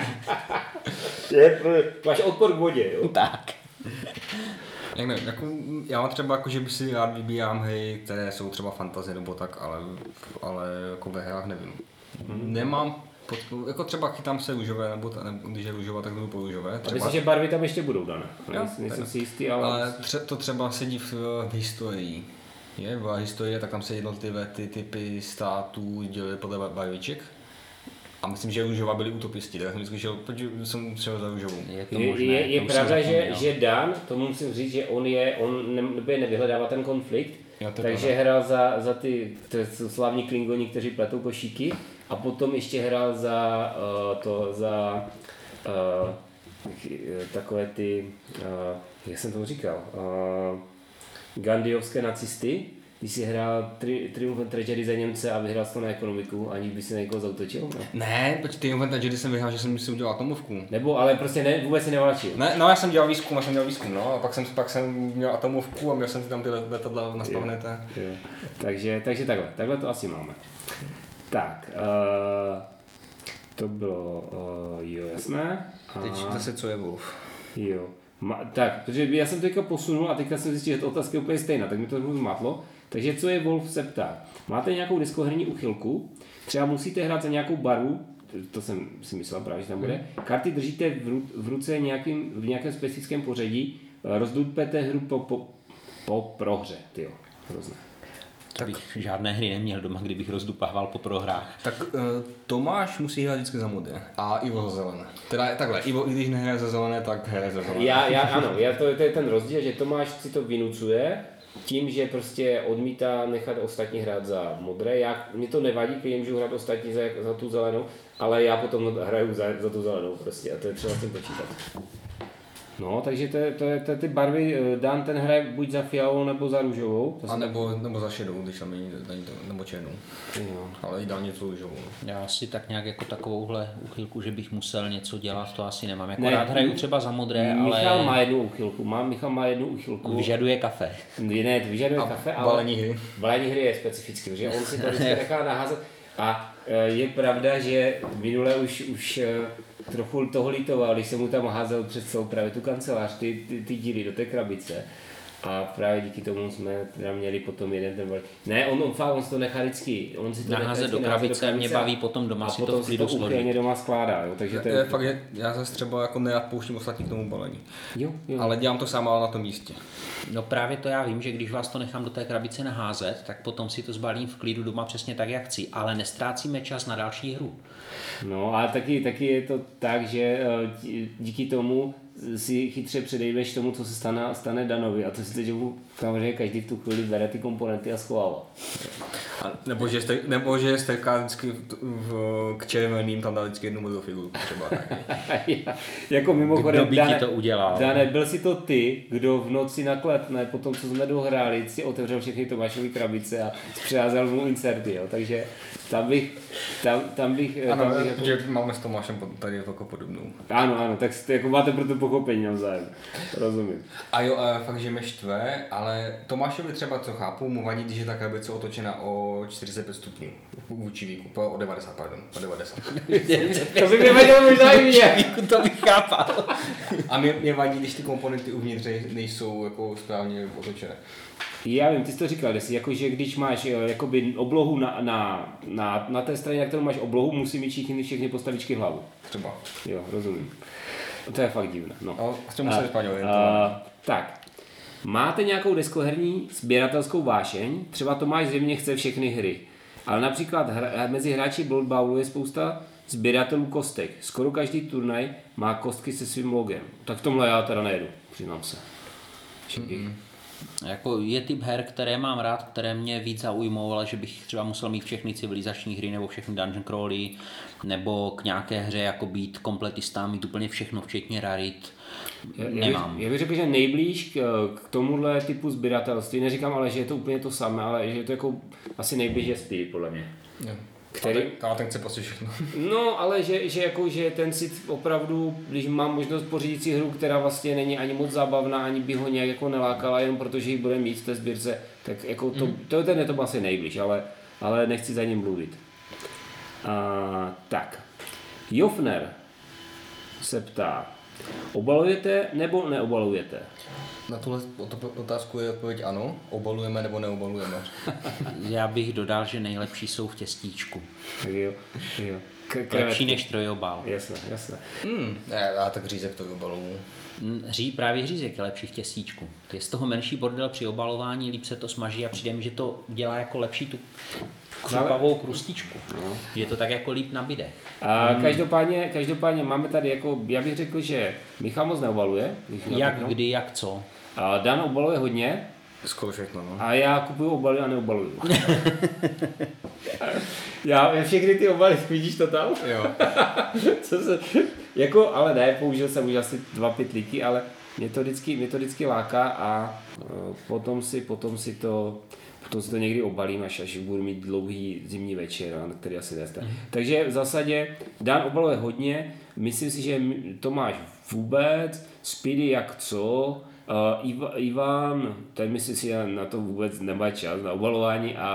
Speaker 1: Máš odpor k vodě, jo?
Speaker 3: Tak.
Speaker 2: Jak nevím, já mám třeba jako, že by si rád vybírám hry, které jsou třeba fantasy nebo tak, ale jako ve hrách nevím. Nemám jako třeba chytám se růžové, nebo když je růžová, tak jdu po růžové.
Speaker 1: A myslím, že barvy tam ještě budou dané. Nejsem si jistý, ale
Speaker 2: to třeba sedí v historii. V historii, tak tam se jednotlivé ty typy států dělily podle barviček. A myslím, že růžová byli utopisti, tak jsem vždycky šel za růžovou.
Speaker 1: Je pravda, že Dan, to musím říct, že on nevyhledává ten konflikt, takže hrál za ty slavní klingoni, kteří pletou košíky. A potom ještě hrál za takové ty, jak jsem tomu říkal, gandhiovské nacisty, když si hrál Triumph and Tragedy za Němce a vyhrál to na ekonomiku, aniž by si na někoho zautočil?
Speaker 2: Ne, počkej, Triumph and Tragedy jsem vyhrál, že jsem si udělal atomovku.
Speaker 1: Nebo, ale prostě vůbec si nevalačil.
Speaker 2: Ne, no já jsem dělal výzkum, no, a pak jsem měl atomovku a měl jsem si tam ty letadla nastavené.
Speaker 1: Takže takhle to asi máme. Tak, to bylo, jo, jasné.
Speaker 2: A teď zase co je Wolf.
Speaker 1: Jo. Tak, protože já jsem teďka posunul a teďka jsem zjistil, že to otázka je úplně stejná, tak mi to zmatlo. Takže co je Wolf se ptá. Máte nějakou diskoherní uchylku, třeba musíte hrát za nějakou barvu, to jsem si myslel právě, že tam bude. Karty držíte v ruce v nějakém specifickém pořadí, rozdupete hru po prohře, tyjo, hrozné.
Speaker 3: Tak bych žádné hry neměl doma, kdybych rozdupával po prohrách.
Speaker 2: Tak Tomáš musí hrát vždycky za modré a Ivo za zelené. Teda takhle, Ivo, i když nehraje za zelené, tak hraje za zelené.
Speaker 1: To je ten rozdíl, že Tomáš si to vynucuje tím, že prostě odmítá nechat ostatní hrát za modré. Mně to nevadí, když můžu hrát ostatní za tu zelenou, ale já potom hraju za tu zelenou prostě a to je třeba s tím počítat. No, takže to je ty barvy, Dan ten hraje buď za fialovou nebo za růžovou.
Speaker 2: A nebo za šedou, když tam není nebo černou. No. Ale ideálně něco růžovou.
Speaker 3: Já si tak nějak jako takovouhle uchylku, že bych musel něco dělat, to asi nemám. Jako rád hraju třeba za modré, ale...
Speaker 1: Michal má jednu uchylku.
Speaker 3: Vyžaduje kafe.
Speaker 1: Ne, vyžaduje kafe, ale... Balení hry je specifický, že on si to vždycky nechá naházet. A je pravda, že minule už trochu toho litoval, když jsem mu tam házel před celou právě tu kancelář, ty díly do té krabice. A právě díky tomu jsme teda měli potom jeden ten balík. Ne, on si to nechá vždycky. On si to
Speaker 3: naházet do krabice a mě baví potom doma si to v klidu složit. A potom si to
Speaker 1: doma skládá. Jo, takže
Speaker 2: to je fakt, že já zase třeba jako nerad pouštím ostatní k tomu balení.
Speaker 1: Jo.
Speaker 2: Ale dělám to sám ale na tom místě.
Speaker 3: No právě to já vím, že když vás to nechám do té krabice naházet, tak potom si to zbalím v klidu doma přesně tak, jak chci. Ale nestrácíme čas na další hru.
Speaker 1: No a taky je to tak, že díky tomu si chytře předejmeš tomu, co se stane Danovi a to si teď samozřejmě každý v tu chvíli bere ty komponenty a schovává.
Speaker 2: Nebo že strká vždycky k červeným tam dal vždycky jednu modrou figurku třeba.
Speaker 1: Jako mimochodem,
Speaker 3: kdo by ti to udělal?
Speaker 1: Dane, byl si to ty, kdo v noci na Kletné, potom co jsme dohráli, si otevřel všechny Tomášovy krabice a přiházel mu inserty, jo. Takže tam bych
Speaker 2: že máme s Tomášem tady jako podobnou.
Speaker 1: Ano, tak jako máte pro to pochopení navzájem. Rozumím.
Speaker 2: A jo, fakt, že mě štve, ale Tomášovi třeba, co chápu, mu vadí, když je ta krabice otočena o 45 stupňů vůči výku, o 90, pardon, o 90.
Speaker 1: To by mě vadilo možná i mě.
Speaker 3: To bych chápal.
Speaker 2: A mě vadí, když ty komponenty uvnitř nejsou jako správně otočené.
Speaker 1: Já vím, ty jsi to říkal, jako, že když máš jakoby oblohu na té straně, na kterou máš oblohu, musí mít všechny postavičky hlavu.
Speaker 2: Třeba.
Speaker 1: Jo, rozumím. To je fakt divné. No.
Speaker 2: Vlastně museli špatně
Speaker 1: tak, máte nějakou deskoherní sběratelskou vášeň, třeba Tomáš zřejmě chce všechny hry, ale například mezi hráči Blood Bowlu je spousta sběratelů kostek. Skoro každý turnaj má kostky se svým logem. Tak v tomhle já teda nejedu, přiznám se.
Speaker 3: Jako je typ her, které mám rád, které mě víc zaujmou, ale že bych třeba musel mít všechny civilizační hry nebo všechny dungeon crawly, nebo k nějaké hře jako být kompletista, mít úplně všechno, včetně rarit, nemám.
Speaker 1: Já bych řekl, že nejblíž k tomuhle typu sběratelství, neříkám ale, že je to úplně to samé, ale že je to jako asi nejblíž je Spirit, podle mě.
Speaker 2: Jo.
Speaker 1: Který...
Speaker 2: Ale ten chce prostě všechno.
Speaker 1: No, ale že ten si opravdu, když mám možnost pořídit si hru, která vlastně není ani moc zábavná, ani by ho nějak jako nelákala, jenom protože ji bude mít v té sbírce, tak jako to je to asi nejblíž, ale nechci za ním mluvit. Tak, Jofner se ptá, obalujete nebo neobalujete?
Speaker 2: Na tuhle otázku je odpověď ano, obalujeme nebo neobalujeme.
Speaker 3: Já bych dodal, že nejlepší jsou v těstíčku.
Speaker 1: Jo.
Speaker 3: Lepší než trojobal.
Speaker 1: Jasné.
Speaker 2: Já tak řízek to obaluju.
Speaker 3: Právě řízek je lepší v těstíčku. Je z toho menší bordel při obalování, líp se to smaží a přijde mi, že to dělá jako lepší tu křupavou krustičku. Je to tak jako líp nabíde.
Speaker 1: Každopádně máme tady jako, já bych řekl, že Michal moc neobaluje.
Speaker 3: Kdy, jak co.
Speaker 1: Dan obaluje hodně.
Speaker 2: Skoro všechno, no.
Speaker 1: A já kupuju obaly a neobaluju. já všechny ty obaly, vidíš to tam?
Speaker 2: Jo.
Speaker 1: Ale ne, použil jsem už asi 2 pytlíky, ale mě to vždycky láká a potom si to někdy obalím, až budu mít dlouhý zimní večer, na který asi neste. Takže v zásadě Dan obaluje hodně, myslím si, že Tomáš vůbec, Speedy jak co, Ivan, ten myslím si, že na to vůbec nemá čas, na obalování, a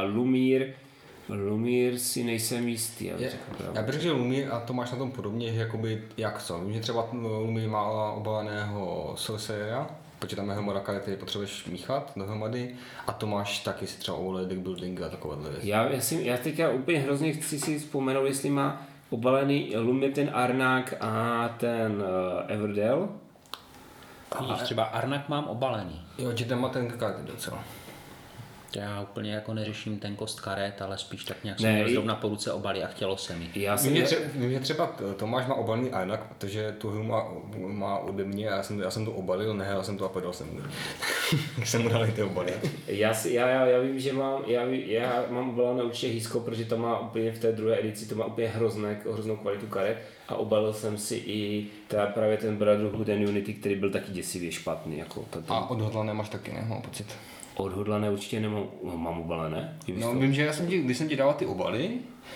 Speaker 1: Lumír si nejsem jistý.
Speaker 2: Já bych řekl, že Lumír a Tomáš na tom podobně, že jakoby jak co. Vím, že třeba Lumír má obaleného Sorcerera, protože tam jeho modaka, který potřebuješ míchat dohromady, a Tomáš taky si třeba obaluje deck building a takovéhle věci.
Speaker 1: Já teďka úplně hrozně chci si vzpomenout, jestli má obalený Lumír ten Arnak a ten Everdell.
Speaker 3: Vidíš, třeba Arnak mám obalený.
Speaker 2: Jo, že ten má ten karty docela.
Speaker 3: Já úplně jako neřeším ten kost karet, ale spíš tak nějak jsem zrovna po ruce obalí a chtělo se mi.
Speaker 2: Vím, že třeba Tomáš má obalený Arnak, protože tu hru má ode mě a já jsem to obalil, nehrál jsem to a podal jsem mu. Jak jsem mu dal ty obaly.
Speaker 1: Já vím, že já mám obalené určitě Hisko, protože to má úplně v té druhé edici, to má úplně hroznou kvalitu karet. A obalil jsem si i právě ten Brotherhood and Unity, který byl taky děsivě špatný. Jako
Speaker 2: a odhodlané máš taky, ne? Mám pocit.
Speaker 1: Odhodlané určitě nemám, mám obalené.
Speaker 2: No vím, že když jsem ti dával ty obaly,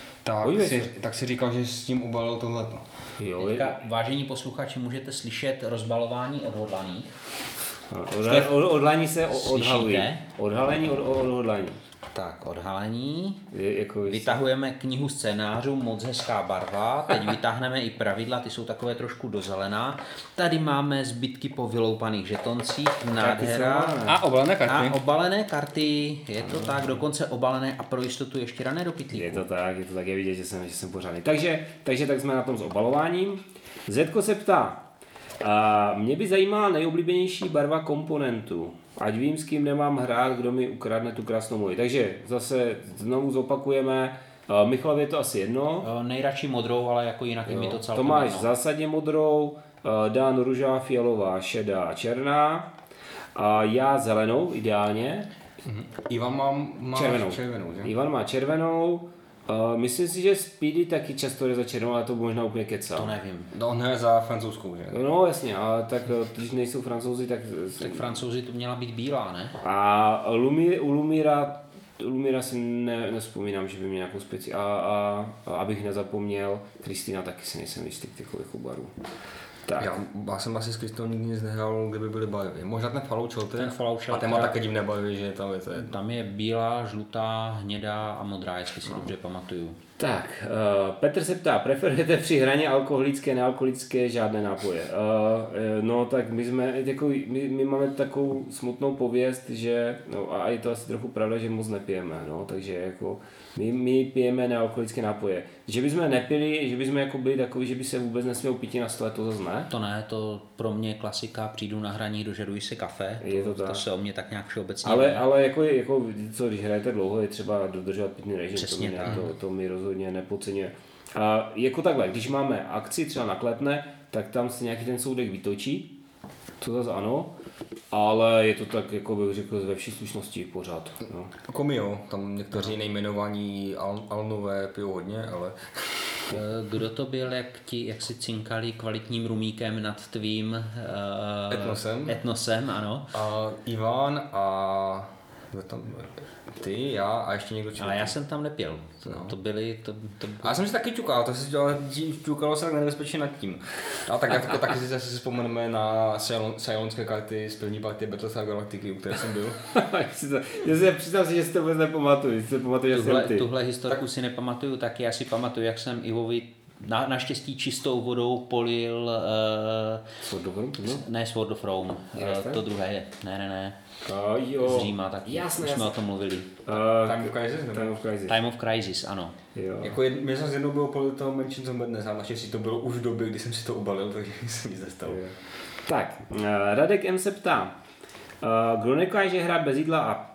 Speaker 2: tak si říkal, že s tím obalil tohleto.
Speaker 3: Teďka, vážení posluchači, můžete slyšet rozbalování odhodlaných.
Speaker 1: Odhalení se odhalují. Odhalení od odhodlání.
Speaker 3: Tak, odhalení. Vytahujeme knihu scénářů, moc hezká barva. Teď vytáhneme i pravidla, ty jsou takové trošku dozelená. Tady máme zbytky po vyloupaných žetoncích, nádhera.
Speaker 2: A obalené karty.
Speaker 3: A obalené karty, je to tak, dokonce obalené a pro jistotu ještě rané do pytlíku.
Speaker 1: Je to tak, je vidět, že jsem pořádný. Takže tak jsme na tom s obalováním. Zetko se ptá, mě by zajímala nejoblíbenější barva komponentu. Ať vím, s kým nemám hrát, kdo mi ukradne tu krásnou moji. Takže zase znovu zopakujeme. Michalovi je to asi jedno.
Speaker 3: Nejradši modrou, ale jako jinak je mi to celkem
Speaker 1: Tomáš
Speaker 3: jedno.
Speaker 1: zásadně modrou, Dan růžová, fialová, šedá, černá. A já zelenou ideálně.
Speaker 2: Ivan má červenou, že?
Speaker 1: Ivan má červenou. Myslím si, že Speedy taky často jde za černou, ale to možná úplně kecal.
Speaker 3: To nevím.
Speaker 2: No, on je za francouzskou, že?
Speaker 1: No jasně, ale tak když nejsou Francouzi, tak...
Speaker 3: Tak Francouzi to měla být bílá, ne?
Speaker 1: A u Lumíra si nespomínám, že by mě nějakou a abych nezapomněl, Kristýna taky si nejsem jistý takových barů. Tak.
Speaker 2: Já jsem asi s Kristou nikdy nic nehrál, kde by byly barvy. Možná ten Fallout Shelter, a ten má také divné barvy, že tam je to jedno.
Speaker 3: Tam je bílá, žlutá, hnědá a modrá, jestli si dobře pamatuju.
Speaker 1: Tak, Petr se ptá, preferujete při hraně alkoholické, nealkoholické, žádné nápoje? No tak my máme takovou smutnou pověst, že, no a je to asi trochu pravda, že moc nepijeme, no, takže jako my pijeme nealkoholické nápoje. Že bychom nepili, že bychom jako byli takový, že by se vůbec nesměl pít na stole, to zase ne?
Speaker 3: To ne, to pro mě klasika, přijdu na hraní, dožaduji si kafe, to se o mě tak nějak všeobecně
Speaker 1: ale jako co, když hrajete dlouho, je třeba dodržovat pitný režim,
Speaker 3: přesně
Speaker 1: to mi rozhodně nepodceňuje. A jako takhle, když máme akci třeba na Kletné, tak tam se nějaký ten soudek vytočí, to zase ano, ale je to tak, jako bych řekl, ve vší slušnosti pořád. No.
Speaker 2: Jako my jo, tam někteří nejmenovaní Alnové pijou hodně, ale...
Speaker 3: Kdo to byl, jak si cinkali kvalitním rumíkem nad tvým etnosem, ano.
Speaker 2: A Ivan a... Tam, ty, já a ještě někdo
Speaker 3: Ale já jsem tam nepil. To byly...
Speaker 2: A já jsem si taky ťukal, to si ťukalo se tak nebezpečně nad tím. A tak jako taky si vzpomeneme na Cylonské karty z první partie Battlestar Galactiky, u které jsem byl.
Speaker 1: Přiznám si, že si to vůbec nepamatuju.
Speaker 3: Tuhle historku si nepamatuju taky, já si pamatuju, jak jsem Ivovi naštěstí čistou vodou polil...
Speaker 1: Sword of Rome?
Speaker 3: Ne, Sword of Rome, to druhé je. Ne. Z Říma taky,
Speaker 1: jasné,
Speaker 3: už jsme o tom mluvili. Time of Crisis, ano.
Speaker 2: Jo. Jako mě jsem jednou bylo polil toho Mansions of Madness a naštěstí to bylo už v době, kdy jsem si to ubalil, takže se nic nestalo.
Speaker 1: Tak, Radek M. se ptá, kdo nekáže hrát bez jídla a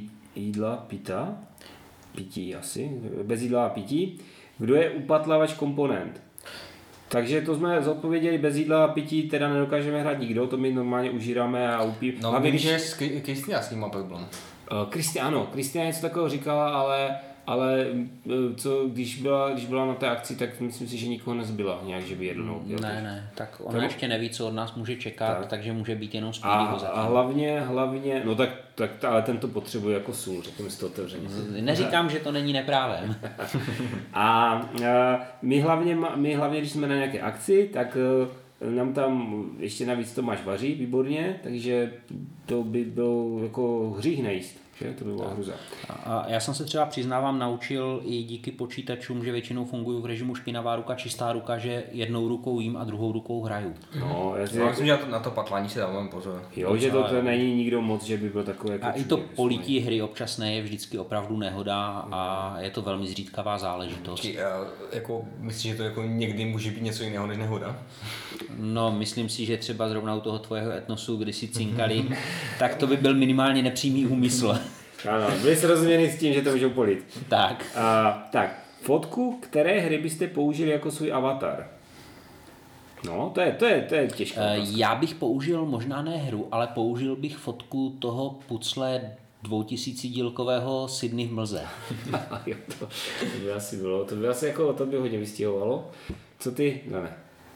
Speaker 1: pití asi, bez jídla a pití, kdo je upatlavač komponent? Takže to jsme zodpověděli, bez jídla a pití teda nedokážeme hrát nikdo, to my normálně užíráme a upijeme.
Speaker 2: No, když je Kristina s tím má problém.
Speaker 1: Kristina něco takového říkala, ale co, když byla na té akci, tak myslím si, že nikoho nezbyla nějak, že by jednou.
Speaker 3: Ne, tak ona ještě neví, co od nás může čekat, takže může být jenom Speedyho zatím.
Speaker 1: A hlavně, no tak ale ten to potřebuje jako sůl, řekněme si to otevřeně.
Speaker 3: Neříkám, že to není neprávem.
Speaker 1: A my hlavně, když jsme na nějaké akci, tak nám tam ještě navíc Tomáš vaří výborně, takže to by bylo jako hřích nejíst. Že? To by byla hruza.
Speaker 3: A já jsem se třeba přiznávám naučil i díky počítačům, že většinou fungují v režimu špinavá ruka, čistá ruka, že jednou rukou jím a druhou rukou hraju.
Speaker 2: No, já myslím, že na to patlání se dávám pozor.
Speaker 1: Jo, že to není nikdo moc, že by byl takový jako...
Speaker 3: A i to polítí hry občasné je vždycky opravdu nehoda a je to velmi zřídkavá záležitost.
Speaker 2: Jako, myslíš, že to jako někdy může být něco jiného než nehoda?
Speaker 3: No, myslím si, že třeba zrovna u toho tvojeho etnosu, kdy si cinkali, tak to by byl minimálně nepřímý úmysl.
Speaker 1: Ano, byli srozuměni s tím, že to můžou polit.
Speaker 3: Tak.
Speaker 1: Tak, fotku, které hry byste použili jako svůj avatar? No, to je těžké.
Speaker 3: Já bych použil možná ne hru, ale použil bych fotku toho pucle 2000 dílkového Sydney v mlze.
Speaker 1: to by asi bylo, to by hodně vystihovalo. Co ty? Ne.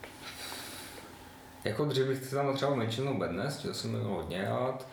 Speaker 2: Jako dřív bych si tam třeba Mansions of Madness, to jsem měl hodně rád.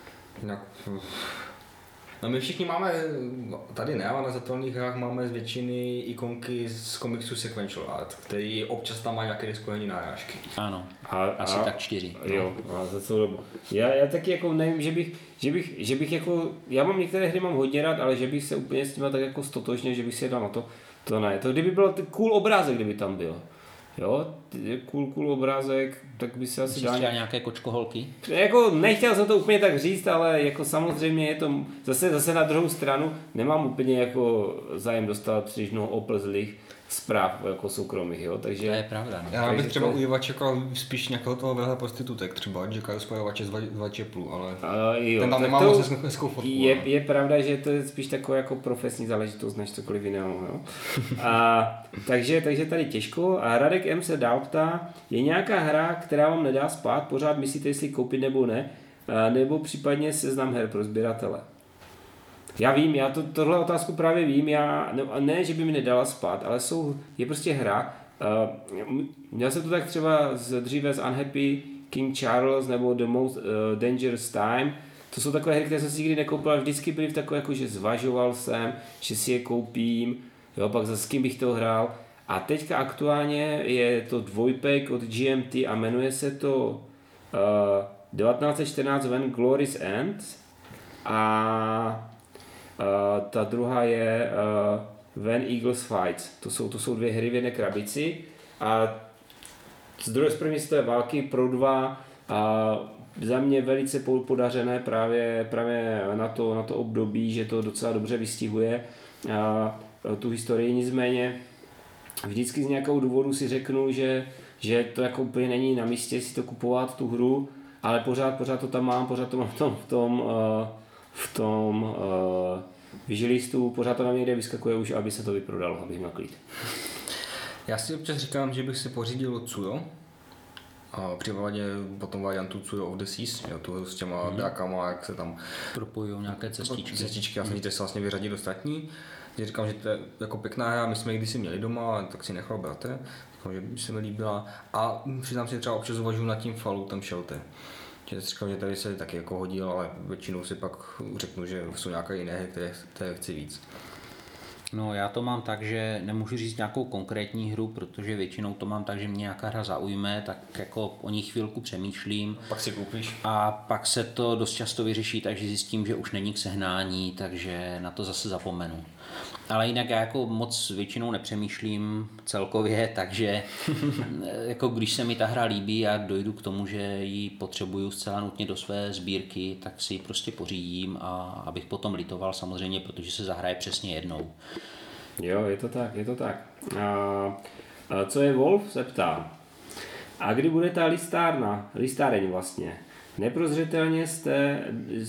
Speaker 2: No my všichni máme, tady ne, ale na zatelných hrách máme z většiny ikonky z komiksu Sequential Art, který občas tam má nějaké diskoherní nárážky.
Speaker 3: Ano, asi tak 4.
Speaker 1: Jo, a za celou dobu. Já taky jako nevím, že bych jako, já mám některé hry mám hodně rád, ale že bych se úplně s tím tak jako stotožnil, že bych si je dal na to ne. To kdyby byl cool obrázek, kdyby tam byl. Jo, cool obrázek, tak by se asi dal
Speaker 3: nějaké kočkoholky.
Speaker 1: Jako nechtěl jsem to úplně tak říct, ale jako samozřejmě je to zase na druhou stranu nemám úplně jako zájem dostat příliš mnoho oplzlých zpráv jako soukromých, jo, takže...
Speaker 3: To je pravda. No.
Speaker 2: Já bych třeba u čekal spíš nějakého toho velha prostitutek, třeba Jacka spojovače z 2 čeplů, ale
Speaker 1: jo,
Speaker 2: ten tam nemá moc hezkou fotku.
Speaker 1: Je pravda, že to je spíš taková jako profesní záležitost než cokoliv jiného, jo. Takže tady těžko. A Radek M. se dál ptá, je nějaká hra, která vám nedá spát, pořád myslíte, jestli koupit nebo ne, nebo případně seznam her pro sběratele? Já vím, já tohle otázku právě vím, ne, že by mi nedala spát, ale je prostě hra. Měl jsem to tak třeba dříve z Unhappy King Charles nebo The Most Dangerous Time. To jsou takové hry, které jsem si nikdy nekoupil, ale vždycky byly v takové, jako, že zvažoval jsem, že si je koupím, jo, pak za s kým bych to hrál. A teďka aktuálně je to dvojpack od GMT a jmenuje se to 1914 When Glory's Ends a ta druhá je When Eagles Fights. To jsou 2 hry v jedné krabici a z druhé první světové války pro 2 a za mě velice podařené právě na to období, že to docela dobře vystihuje tu historii. Nicméně vždycky z nějakého důvodu si řeknu, že to jako úplně není na místě si to kupovat, tu hru, ale pořád to tam mám, pořád to mám v tom vigilistu, pořád to na mě někde vyskakuje už, aby se to vyprodalo, abych měl klid.
Speaker 2: Já si občas říkám, že bych si pořídil Tsuyo. A případně potom variantu Tsuyo of the Seas, jo, tu s těma dákama, jak se tam
Speaker 3: propojují nějaké cestičky.
Speaker 2: Já jsem se vlastně vyřadit ostatní. Já říkám, že to je jako pěkná hra, my jsme ji kdysi měli doma, tak si nechal bratr, říkám, že by se mi líbila. A přiznám si, třeba občas uvažuji nad tím Falloutem Shelter. Říkám, že tady se taky jako hodil, ale většinou si pak řeknu, že jsou nějaké jiné hry, které chci víc.
Speaker 3: No já to mám tak, že nemůžu říct nějakou konkrétní hru, protože většinou to mám tak, že mě nějaká hra zaujme, tak jako o ní chvilku přemýšlím.
Speaker 2: Pak si koupíš.
Speaker 3: A pak se to dost často vyřeší, takže zjistím, že už není k sehnání, takže na to zase zapomenu. Ale jinak já jako moc většinou nepřemýšlím celkově, takže jako když se mi ta hra líbí a dojdu k tomu, že ji potřebuju zcela nutně do své sbírky, tak si ji prostě pořídím a abych potom litoval samozřejmě, protože se zahraje přesně jednou.
Speaker 1: Jo, je to tak. A co je Wolf, se ptá. A kdy bude ta listáreň vlastně? Neprozřetelně jste...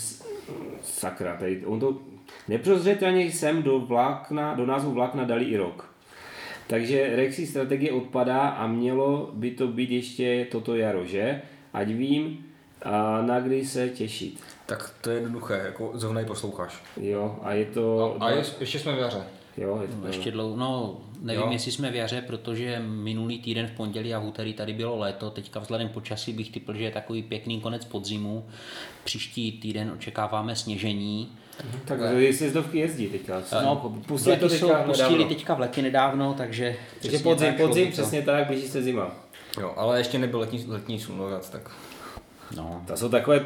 Speaker 1: Sakra, tady on to... Neprozřetelně jsem do názvu vlákna dali i rok. Takže Rexy strategie odpadá a mělo by to být ještě toto jaro, že? Ať vím, na kdy se těšit.
Speaker 2: Tak to je jednoduché, jako zrovna posloucháš.
Speaker 1: Jo, a je to...
Speaker 2: ještě jsme v jaře.
Speaker 1: Jo, je to...
Speaker 3: Ještě dlouho, no nevím, jestli jsme v jaře, protože minulý týden v pondělí a v úterý tady bylo léto, teďka vzhledem počasí bych typl, že je takový pěkný konec podzimu, příští týden očekáváme sněžení.
Speaker 1: Tak sjezdovky jezdí teďka.
Speaker 3: No, pustili teďka v letě nedávno, takže
Speaker 1: podzim přesně tak, blíží se zima.
Speaker 2: Jo, ale ještě nebyl letní slunovrát, tak...
Speaker 3: No.
Speaker 1: To jsou takové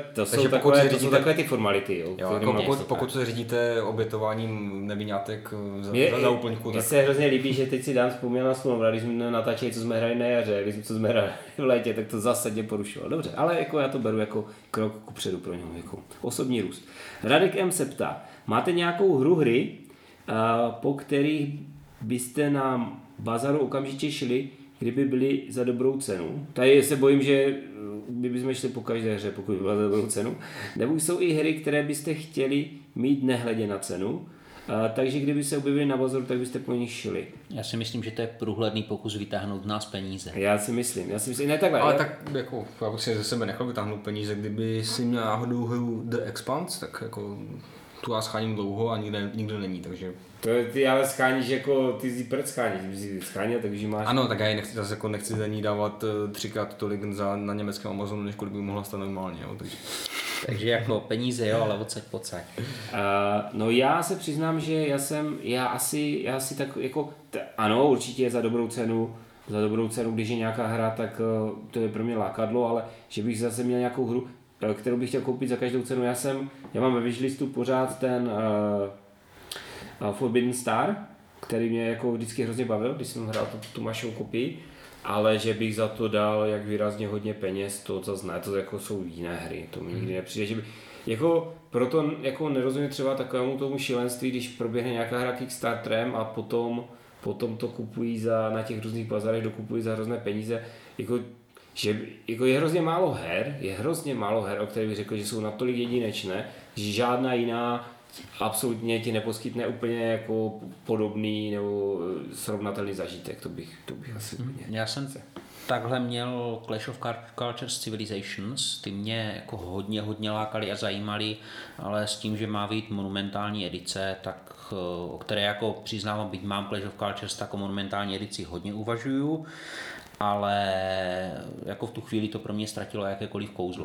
Speaker 1: ty formality. Jo,
Speaker 2: pokud se řídíte obětováním nevinátek za úplňku.
Speaker 1: Mně se hrozně líbí, že teď si dám vzpomněl na slunovrat, když jsme natáčeli, co jsme hráli na jaře, co jsme hráli v létě, tak to zásadně porušilo. Dobře, ale jako já to beru jako krok kupředu pro něho, jako osobní růst. Radek M. se ptá, máte nějakou hry, po kterých byste na bazaru okamžitě šli, kdyby byly za dobrou cenu? Tady se bojím, že bychom šli po každé hře, pokud by byla za dobrou cenu. Nebo jsou i hry, které byste chtěli mít nehledě na cenu, takže kdyby se objevily na bazaru, tak byste po nich šli.
Speaker 3: Já si myslím, že to je průhledný pokus vytáhnout z nás peníze.
Speaker 1: Já si myslím, ne takhle.
Speaker 2: Ale tak jako, já bych si ze sebe nechal vytáhnout peníze, kdyby si měl náhodou hru The Expanse, tak jako tu já scháním dlouho a nikde není, takže...
Speaker 1: To ty ale scháníš jako, ty si prd scháníš, kdyby si scháněl, takže máš...
Speaker 2: Ano, tak já ji nechci za ní dávat 3x tolik na německém Amazonu, než kolik by mohla stát normálně, jo,
Speaker 3: takže jako peníze jo, ale odsaď pocať.
Speaker 1: No já se přiznám, že já asi tak jako, ano, určitě za dobrou cenu, když je nějaká hra, tak to je pro mě lákadlo, ale že bych zase měl nějakou hru, kterou bych chtěl koupit za každou cenu. Já mám ve wishlistu pořád ten Forbidden Star, který mě jako vždycky hrozně bavil, když jsem hrál tu mašou kopii, ale že bych za to dal jak výrazně hodně peněz, to zase ne, to jako jsou jiné hry, to mi nikdy nepřijde, že by, jako proto jako nerozumím třeba takovému tomu šílenství, když proběhne nějaká hra Kickstarterem a potom to kupují na těch různých bazarech, dokupují za hrozné peníze, že je hrozně málo her, o kterých bych řekl, že jsou natolik jedinečné, že žádná jiná absolutně ti neposkytne úplně jako podobný nebo srovnatelný zažitek, to bych asi úplně.
Speaker 3: Já jsem takhle měl Clash of Cultures Civilizations, ty mě jako hodně lákaly a zajímaly, ale s tím, že má vyjít monumentální edice, tak o které jako přiznávám, byť mám Clash of Cultures, tak o monumentální edici hodně uvažuju, ale jako v tu chvíli to pro mě ztratilo jakékoliv kouzlo.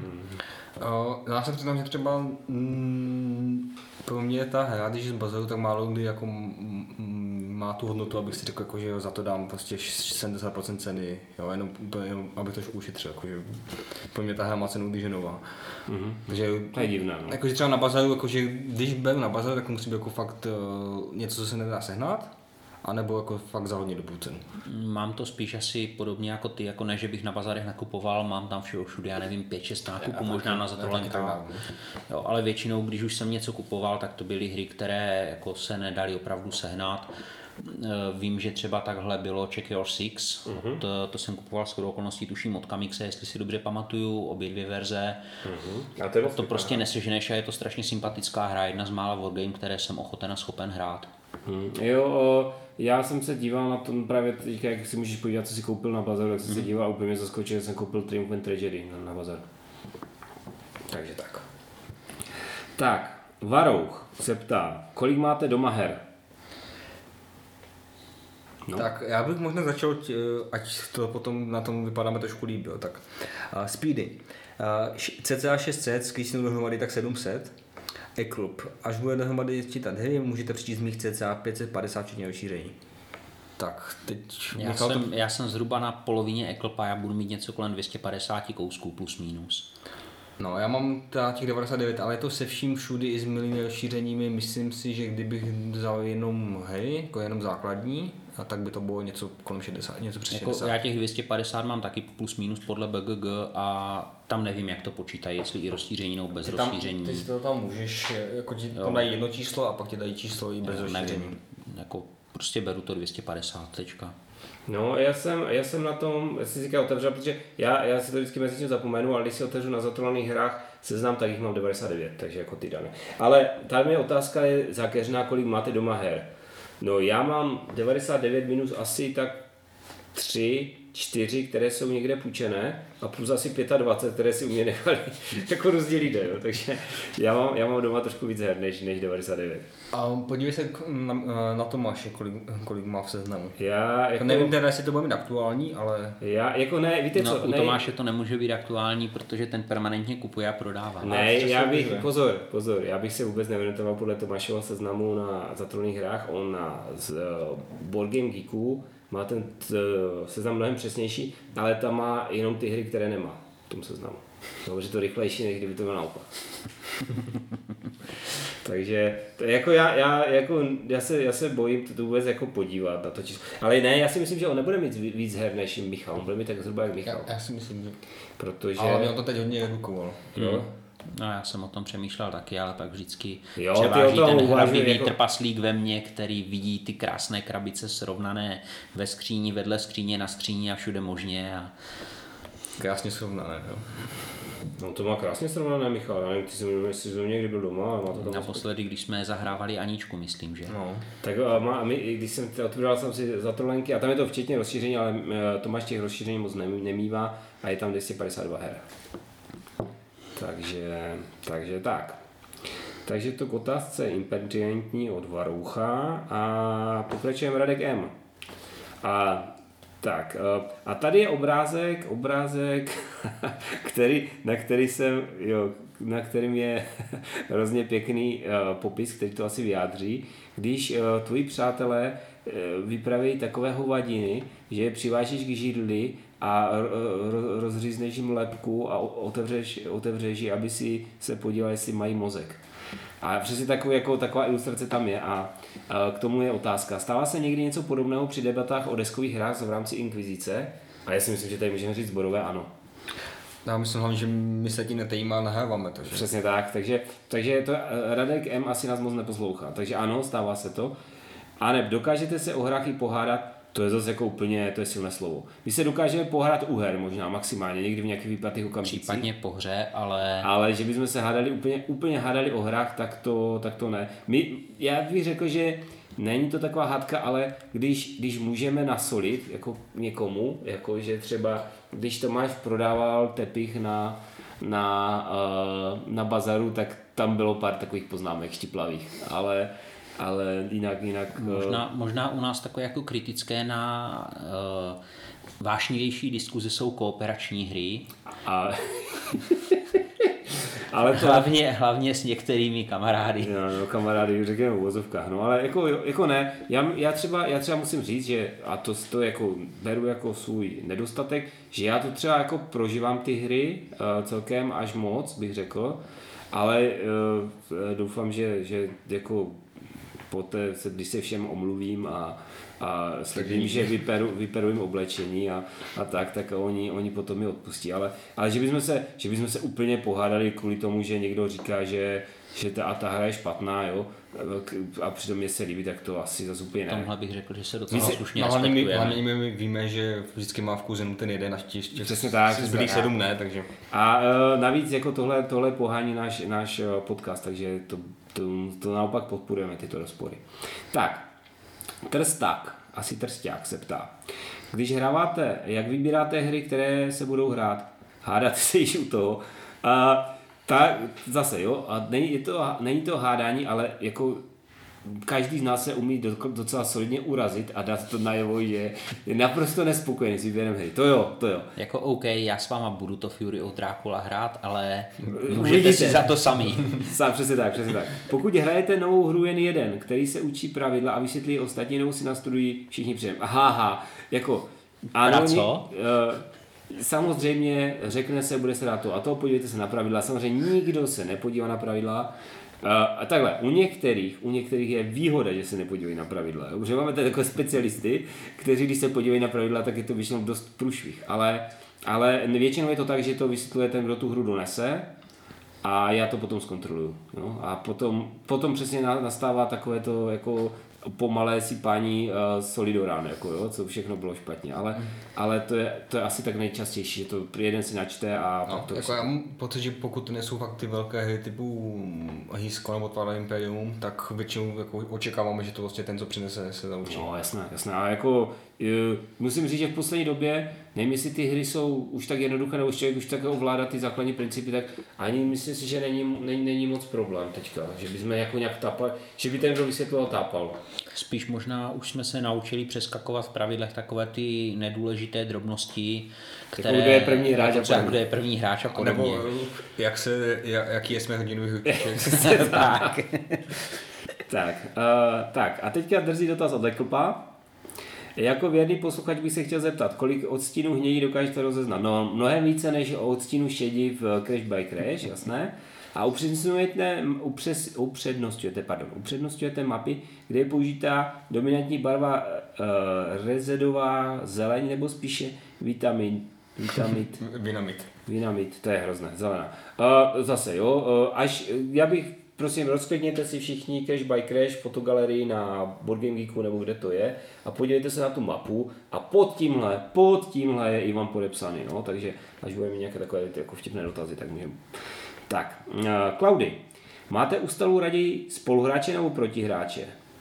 Speaker 2: Já se přiznám, že třeba pro mě ta hra, když z bazaru, tak málo kdy jako má tu hodnotu, abych si řekl, jako, že jo, za to dám prostě 70% ceny, jo, jenom abych trošku ušetřil, jakože pro mě ta hra má cenu, když je nová. Takže,
Speaker 1: to je divné. No.
Speaker 2: Jakože třeba na bazaru, jakože když beru na bazaru, tak musí být jako fakt něco, co se nedá sehnat, anebo jako fakt za hodně dobrou cenu.
Speaker 3: Mám to spíš asi podobně jako ty, jako ne, že bych na bazarech nakupoval, mám tam všude, já nevím, 5-6 nákupů, možná na zatolenkách. Jo, ale většinou, když už jsem něco kupoval, tak to byly hry, které jako se nedaly opravdu sehnat. Vím, že třeba takhle bylo Check Your Six, to jsem kupoval shodou okolností, tuším od Kamixe, jestli si dobře pamatuju, obě dvě verze.
Speaker 1: A to
Speaker 3: prostě neseženeš a je to strašně sympatická hra, jedna z mála wargame, které jsem ochoten a schopen hrát.
Speaker 1: Jo, já jsem se díval na tom právě teďka, jak si můžeš podívat, co si koupil na bazaru, jak jsem se díval a úplně mě zaskočil, že jsem koupil Triumph and Tragedy na bazaru. Takže tak. Tak, Varouch se ptá, kolik máte doma her?
Speaker 2: No. Tak já bych možná začal, ať to potom na tom vypadáme trošku líp, jo. Tak Speedy. CCA 600, když si dohromady, tak 700. E-Club. Až bude dohromady čítat hry, můžete přijít z mých CCA 550 včetně rozšíření. Tak, teď...
Speaker 3: Já jsem zhruba na polovině E-Cluba, já budu mít něco kolem 250 kousků plus minus.
Speaker 2: No, já mám teda těch 99, ale je to se vším všudy i s milými rozšířeními. Myslím si, že kdybych vzal jenom hry, jako jenom základní, a tak by to bylo něco kolem 60, něco přes 60.
Speaker 3: Já těch 250 mám taky plus minus podle BGG a tam nevím, jak to počítají, jestli i rozšíření nebo bez rozšíření.
Speaker 2: Ty si to tam můžeš, jako ti tam dají jedno číslo a pak ti dají číslo i bez rozšíření.
Speaker 3: Nevím, jako prostě beru to 250, tečka.
Speaker 1: No, já jsem na tom, já si říkal otevřel, protože já si to vždycky mezi tím zapomenu, ale když si otevřu na zatrolaných hrách seznam, tak jich mám 99, takže jako ty dané. Ale ta mě otázka je zákeřná, kolik máte doma her. No, já mám 99 minus asi tak 3, 4, které jsou někde půjčené a plus asi 25, které si u mě nechali jako rozdělit, jo. Takže já mám doma trošku víc her než 99.
Speaker 2: A podívej se na Tomáše, kolik má v seznamu.
Speaker 1: Já jako...
Speaker 2: Nevím teda, jestli to bude mít aktuální, ale...
Speaker 1: Já jako ne, víte co?
Speaker 3: U Tomáše to nemůže být aktuální, protože ten permanentně kupuje a prodává.
Speaker 1: Ne, já bych, pozor, já bych se vůbec neorientoval podle Tomášova seznamu na zatrolných hrách, on na Board Game Geeku má ten seznam mnohem přesnější, ale tam má jenom ty hry, které nemá v tom seznamu. Takže to rychlejší, než kdyby to bylo naopak. Takže jako já se bojím to vůbec jako podívat na to číslo. Ale ne, já si myslím, že on nebude mít víc her než Michal, on bude mít tak zhruba jak Michal.
Speaker 2: Já si myslím, že...
Speaker 1: Protože...
Speaker 2: Ale mě to teď hodně redukoval.
Speaker 1: Jo.
Speaker 3: No, já jsem o tom přemýšlel taky, ale pak vždycky
Speaker 1: převáží
Speaker 3: ten hravivý jako... trpaslík ve mně, který vidí ty krásné krabice srovnané ve skříni, vedle skříně, na skříni a všude možně. A...
Speaker 2: Krásně srovnané, jo.
Speaker 1: No to má krásně srovnané, Michal, já nevím, ty jsi někdy byl doma, ale má to tam...
Speaker 3: Naposledy, když jsme zahrávali Aničku, myslím, že?
Speaker 1: No. Tak a my, když jsem otvíral jsem si zatrolenky, a tam je to včetně rozšíření, ale Tomáš těch rozšíření moc nemívá a je tam 252 her. Takže tak. Takže to k otázce imperientní od Varoucha a pokračujeme Radek M. A tady je obrázek, na kterým je hrozně pěkný popis, který to asi vyjádří. Když tvoji přátelé vypraví takové hovadiny, že je přivážíš k židli a rozřízneš jim lebku a otevřeš ji, aby si se podíval, jestli mají mozek. A přesně taková ilustrace tam je a k tomu je otázka. Stává se někdy něco podobného při debatách o deskových hrách v rámci Inkvizice? A já si myslím, že tady můžeme říct zborové ano.
Speaker 2: Já myslím hlavně, že my se tím netejíme a nahráváme to. Že?
Speaker 1: Přesně tak, takže to Radek M asi nás moc neposlouchá. Takže ano, stává se to. A ne, dokážete se o hrách i pohádat, to je zase jako úplně, to je silné slovo. My se dokážeme pohrát u her možná maximálně, někdy v nějakých výplatných okamžicích.
Speaker 3: Případně po hře, ale...
Speaker 1: Ale že bychom se hádali úplně hádali o hrách, tak to ne. Já bych řekl, že není to taková hádka, ale když můžeme nasolit jako někomu, jako že třeba když Tomáš prodával tepich na bazaru, tak tam bylo pár takových poznámek štiplavých, ale jinak...
Speaker 3: Možná u nás takové jako kritické na vášnivější diskuze jsou kooperační hry.
Speaker 1: Ale to...
Speaker 3: hlavně s některými kamarády.
Speaker 1: No, kamarády, řekněme v uvozovkách, no, ale jako ne, já třeba musím říct, že, a to jako beru jako svůj nedostatek, že já to třeba jako prožívám ty hry celkem až moc, bych řekl, ale doufám, že jako poté, když se všem omluvím a slibím, že vyperu jim oblečení a tak oni potom mi odpustí. Ale že bychom se úplně pohádali kvůli tomu, že někdo říká, že ta hra je špatná, jo, a přitom mě se líbí, tak to asi zase úplně ne.
Speaker 3: Tomhle bych řekl, že se docela slušně respektujeme.
Speaker 2: Hlavně my víme, že vždycky má v kuzen ten jeden, až
Speaker 1: přesně tak,
Speaker 2: zbylých 7 ne, takže.
Speaker 1: A navíc jako tohle pohání náš podcast, takže to naopak podporujeme, tyto rozpory. Tak, Trsták se ptá. Když hráváte, jak vybíráte hry, které se budou hrát? Hádáte se již u toho? Tak zase, jo, a není to hádání, ale jako každý z nás se umí docela solidně urazit a dát to najevo, že je naprosto nespokojený s výběrem hry. To jo.
Speaker 3: Jako OK, já s váma budu to Fury of Dracula hrát, ale můžete si za to sami.
Speaker 1: Přesně tak. Pokud hrajete novou hru jen jeden, který se učí pravidla a vysvětlí ostatní, nebo si nastudují všichni předem. Aha, jako...
Speaker 3: Ano, co?
Speaker 1: Samozřejmě řekne se, bude se dát to a to, podívejte se na pravidla. Samozřejmě nikdo se nepodívá na pravidla. A takhle, u některých je výhoda, že se nepodívají na pravidla. Jo? Protože máme tady takové specialisty, kteří když se podívají na pravidla, tak je to většinou dost průšvih. Ale většinou je to tak, že to vysvětluje ten, kdo tu hru donese a já to potom zkontroluju. Jo? A potom přesně nastává takové to jako pomalé sypání solidorán, jako jo, co všechno bylo špatně, ale to je asi tak nejčastější, že to jeden si načte a pak to...
Speaker 2: Jako já mám pocit, že pokud nejsou fakt ty velké hry typu Hisko nebo Twilight Imperium, tak většinou jako očekáváme, že to vlastně ten, co přinese, se zaučí.
Speaker 1: No jasné. A jako musím říct, že v poslední době, nevím, jestli ty hry jsou už tak jednoduché, nebo člověk už tak ovládá ty základní principy, tak ani myslím si, že není moc problém teďka, že bychom jako nějak tápali, že by ten, kdo vysvětloval, tápal.
Speaker 3: Spíš možná už jsme se naučili přeskakovat v pravidlech takové ty nedůležité drobnosti, které...
Speaker 1: Kdo je první hráč
Speaker 3: kdo je první hráč a podobně.
Speaker 2: Nebo jaký jsme hodinový
Speaker 1: Tak a teďka drzí dotaz od Leklpa. Jako věrný posluchač bych se chtěl zeptat, kolik odstínů hnědí dokážete rozeznat? No, mnohem více než odstínů šedí v Crash by Crash, jasné. A upřednostňujete mapy, kde je použitá dominantní barva rezedová zeleň nebo spíše Vinamid, to je hrozné, zelená. Zase jo, já bych, prosím, rozklikněte si všichni Crash by Crash fotogalerii na Board Game Geeku nebo kde to je a podívejte se na tu mapu a pod tímhle je Ivan podepsaný, no, takže až budeme mít nějaké takové jako vtipné dotazy, tak můžeme. Tak, Klaudy, máte u stolu raději spoluhráče nebo protihráče?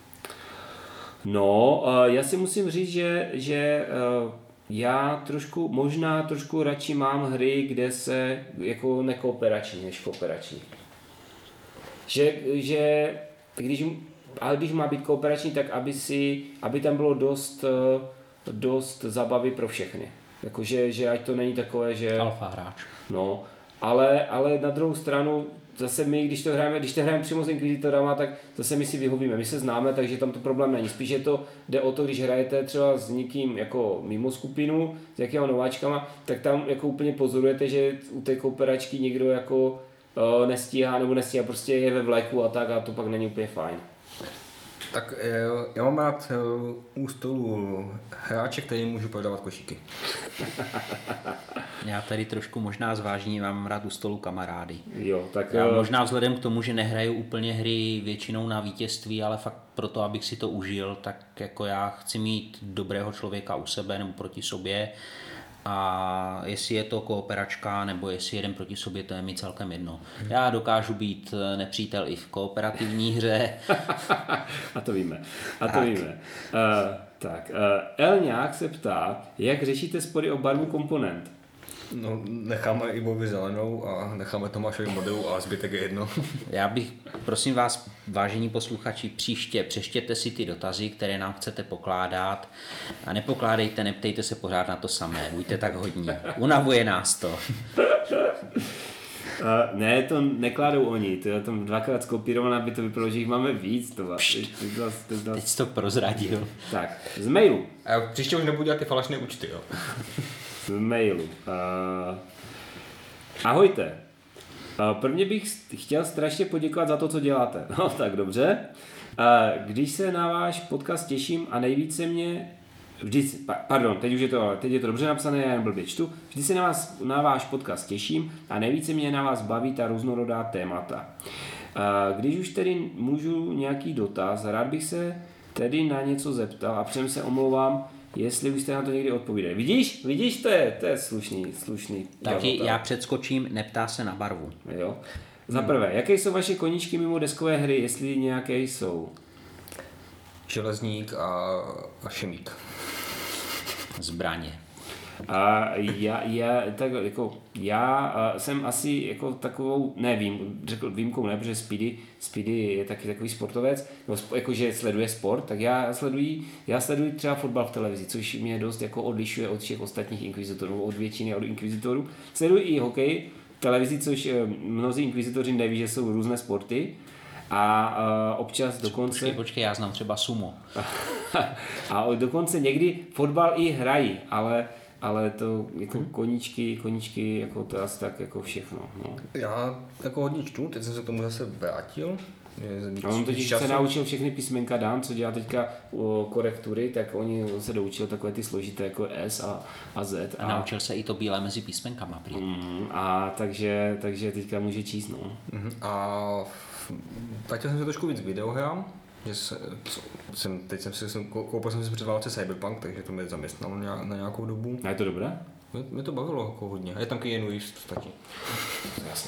Speaker 1: No, já si musím říct, že já možná trošku radši mám hry, kde se jako nekooperační než kooperační. Ale když má být kooperační, tak aby tam bylo dost zabavy pro všechny. Jakože ať to není takové, že...
Speaker 3: Alfa hráč.
Speaker 1: No, ale na druhou stranu zase my, když to hrajeme přímo s Inquisitorama, tak zase my si vyhovíme. My se známe, takže tam to problém není. Spíš jde o to, když hrajete třeba s někým jako mimo skupinu, s jakýma nováčkama, tak tam jako úplně pozorujete, že u té kooperačky někdo jako nestíhá, prostě je ve vleku a tak a to pak není úplně fajn.
Speaker 2: Tak já mám rád u stolu hráče, který můžu prodávat košíky.
Speaker 3: Já tady trošku možná zvážním, mám rád u stolu kamarády.
Speaker 1: Jo, tak
Speaker 3: já možná vzhledem k tomu, že nehraju úplně hry většinou na vítězství, ale fakt proto, abych si to užil, tak jako já chci mít dobrého člověka u sebe nebo proti sobě. A jestli je to kooperačka nebo jestli jeden proti sobě, to je mi celkem jedno. Já dokážu být nepřítel i v kooperativní hře.
Speaker 1: A to víme. Elňák se ptá, jak řešíte spory o barvu komponent?
Speaker 2: No, necháme Ivovi zelenou a necháme Tomášovi modelu a zbytek je jedno.
Speaker 3: Já bych, prosím vás, vážení posluchači, příště přeštěte si ty dotazy, které nám chcete pokládat a neptejte se pořád na to samé, buďte tak hodní. Unavuje nás to.
Speaker 1: Ne, to nekladou oni, to je tam dvakrát skopírované, aby to vypadalo, že jich máme víc.
Speaker 3: Teď jsi to prozradil.
Speaker 1: Tak, z mailu.
Speaker 2: A příště už nebudu dělat ty falešné účty, jo.
Speaker 1: Z mailu. Ahojte. Prvně bych chtěl strašně poděkovat za to, co děláte. No tak dobře. Když se na váš podcast těším a nejvíce mě teď je to dobře napsané, já jen blbě čtu. Vždy se na váš podcast těším a nejvíce mě na vás baví ta různorodá témata. Když už tedy můžu nějaký dotaz, rád bych se tedy na něco zeptal a předem se omlouvám, jestli už jste na to někdy odpovídali. Vidíš, to je slušný.
Speaker 3: Taky já předskočím, neptá se na barvu.
Speaker 1: Jo. Za prvé, jaké jsou vaše koníčky mimo deskové hry, jestli nějaké jsou?
Speaker 2: Železník a šemík.
Speaker 3: Zbraně.
Speaker 1: A já jsem asi jako takovou, výjimkou ne, protože Speedy je taky takový sportovec, jakože sleduje sport, tak já sleduji třeba fotbal v televizi, což mě dost jako odlišuje od všech ostatních inkvizitorů, od většiny od inkvizitorů. Sleduji i hokej v televizi, což mnozí inkvizitoři neví, že jsou různé sporty. A občas dokonce...
Speaker 3: Počkej, já znám třeba sumo.
Speaker 1: A dokonce někdy fotbal i hrají, ale to jako koníčky, jako to asi tak jako všechno. No.
Speaker 2: Já jako hodně čtu, teď jsem se k tomu zase vrátil.
Speaker 1: A on totiž se naučil všechny písmenka Dan, co dělá teďka korektury, tak oni se doučil takové ty složité jako S a Z.
Speaker 3: A naučil se i to bílé mezi písmenkama.
Speaker 1: A takže teďka může číst, no.
Speaker 2: A platil jsem se trošku víc videohrám, koupil jsem si před Vánoce Cyberpunk, takže to mě zaměstnalo na nějakou dobu.
Speaker 1: A je to dobré?
Speaker 2: Mě to bavilo jako hodně. A je tam Keanu Reeves v podstatě.
Speaker 1: Jasně.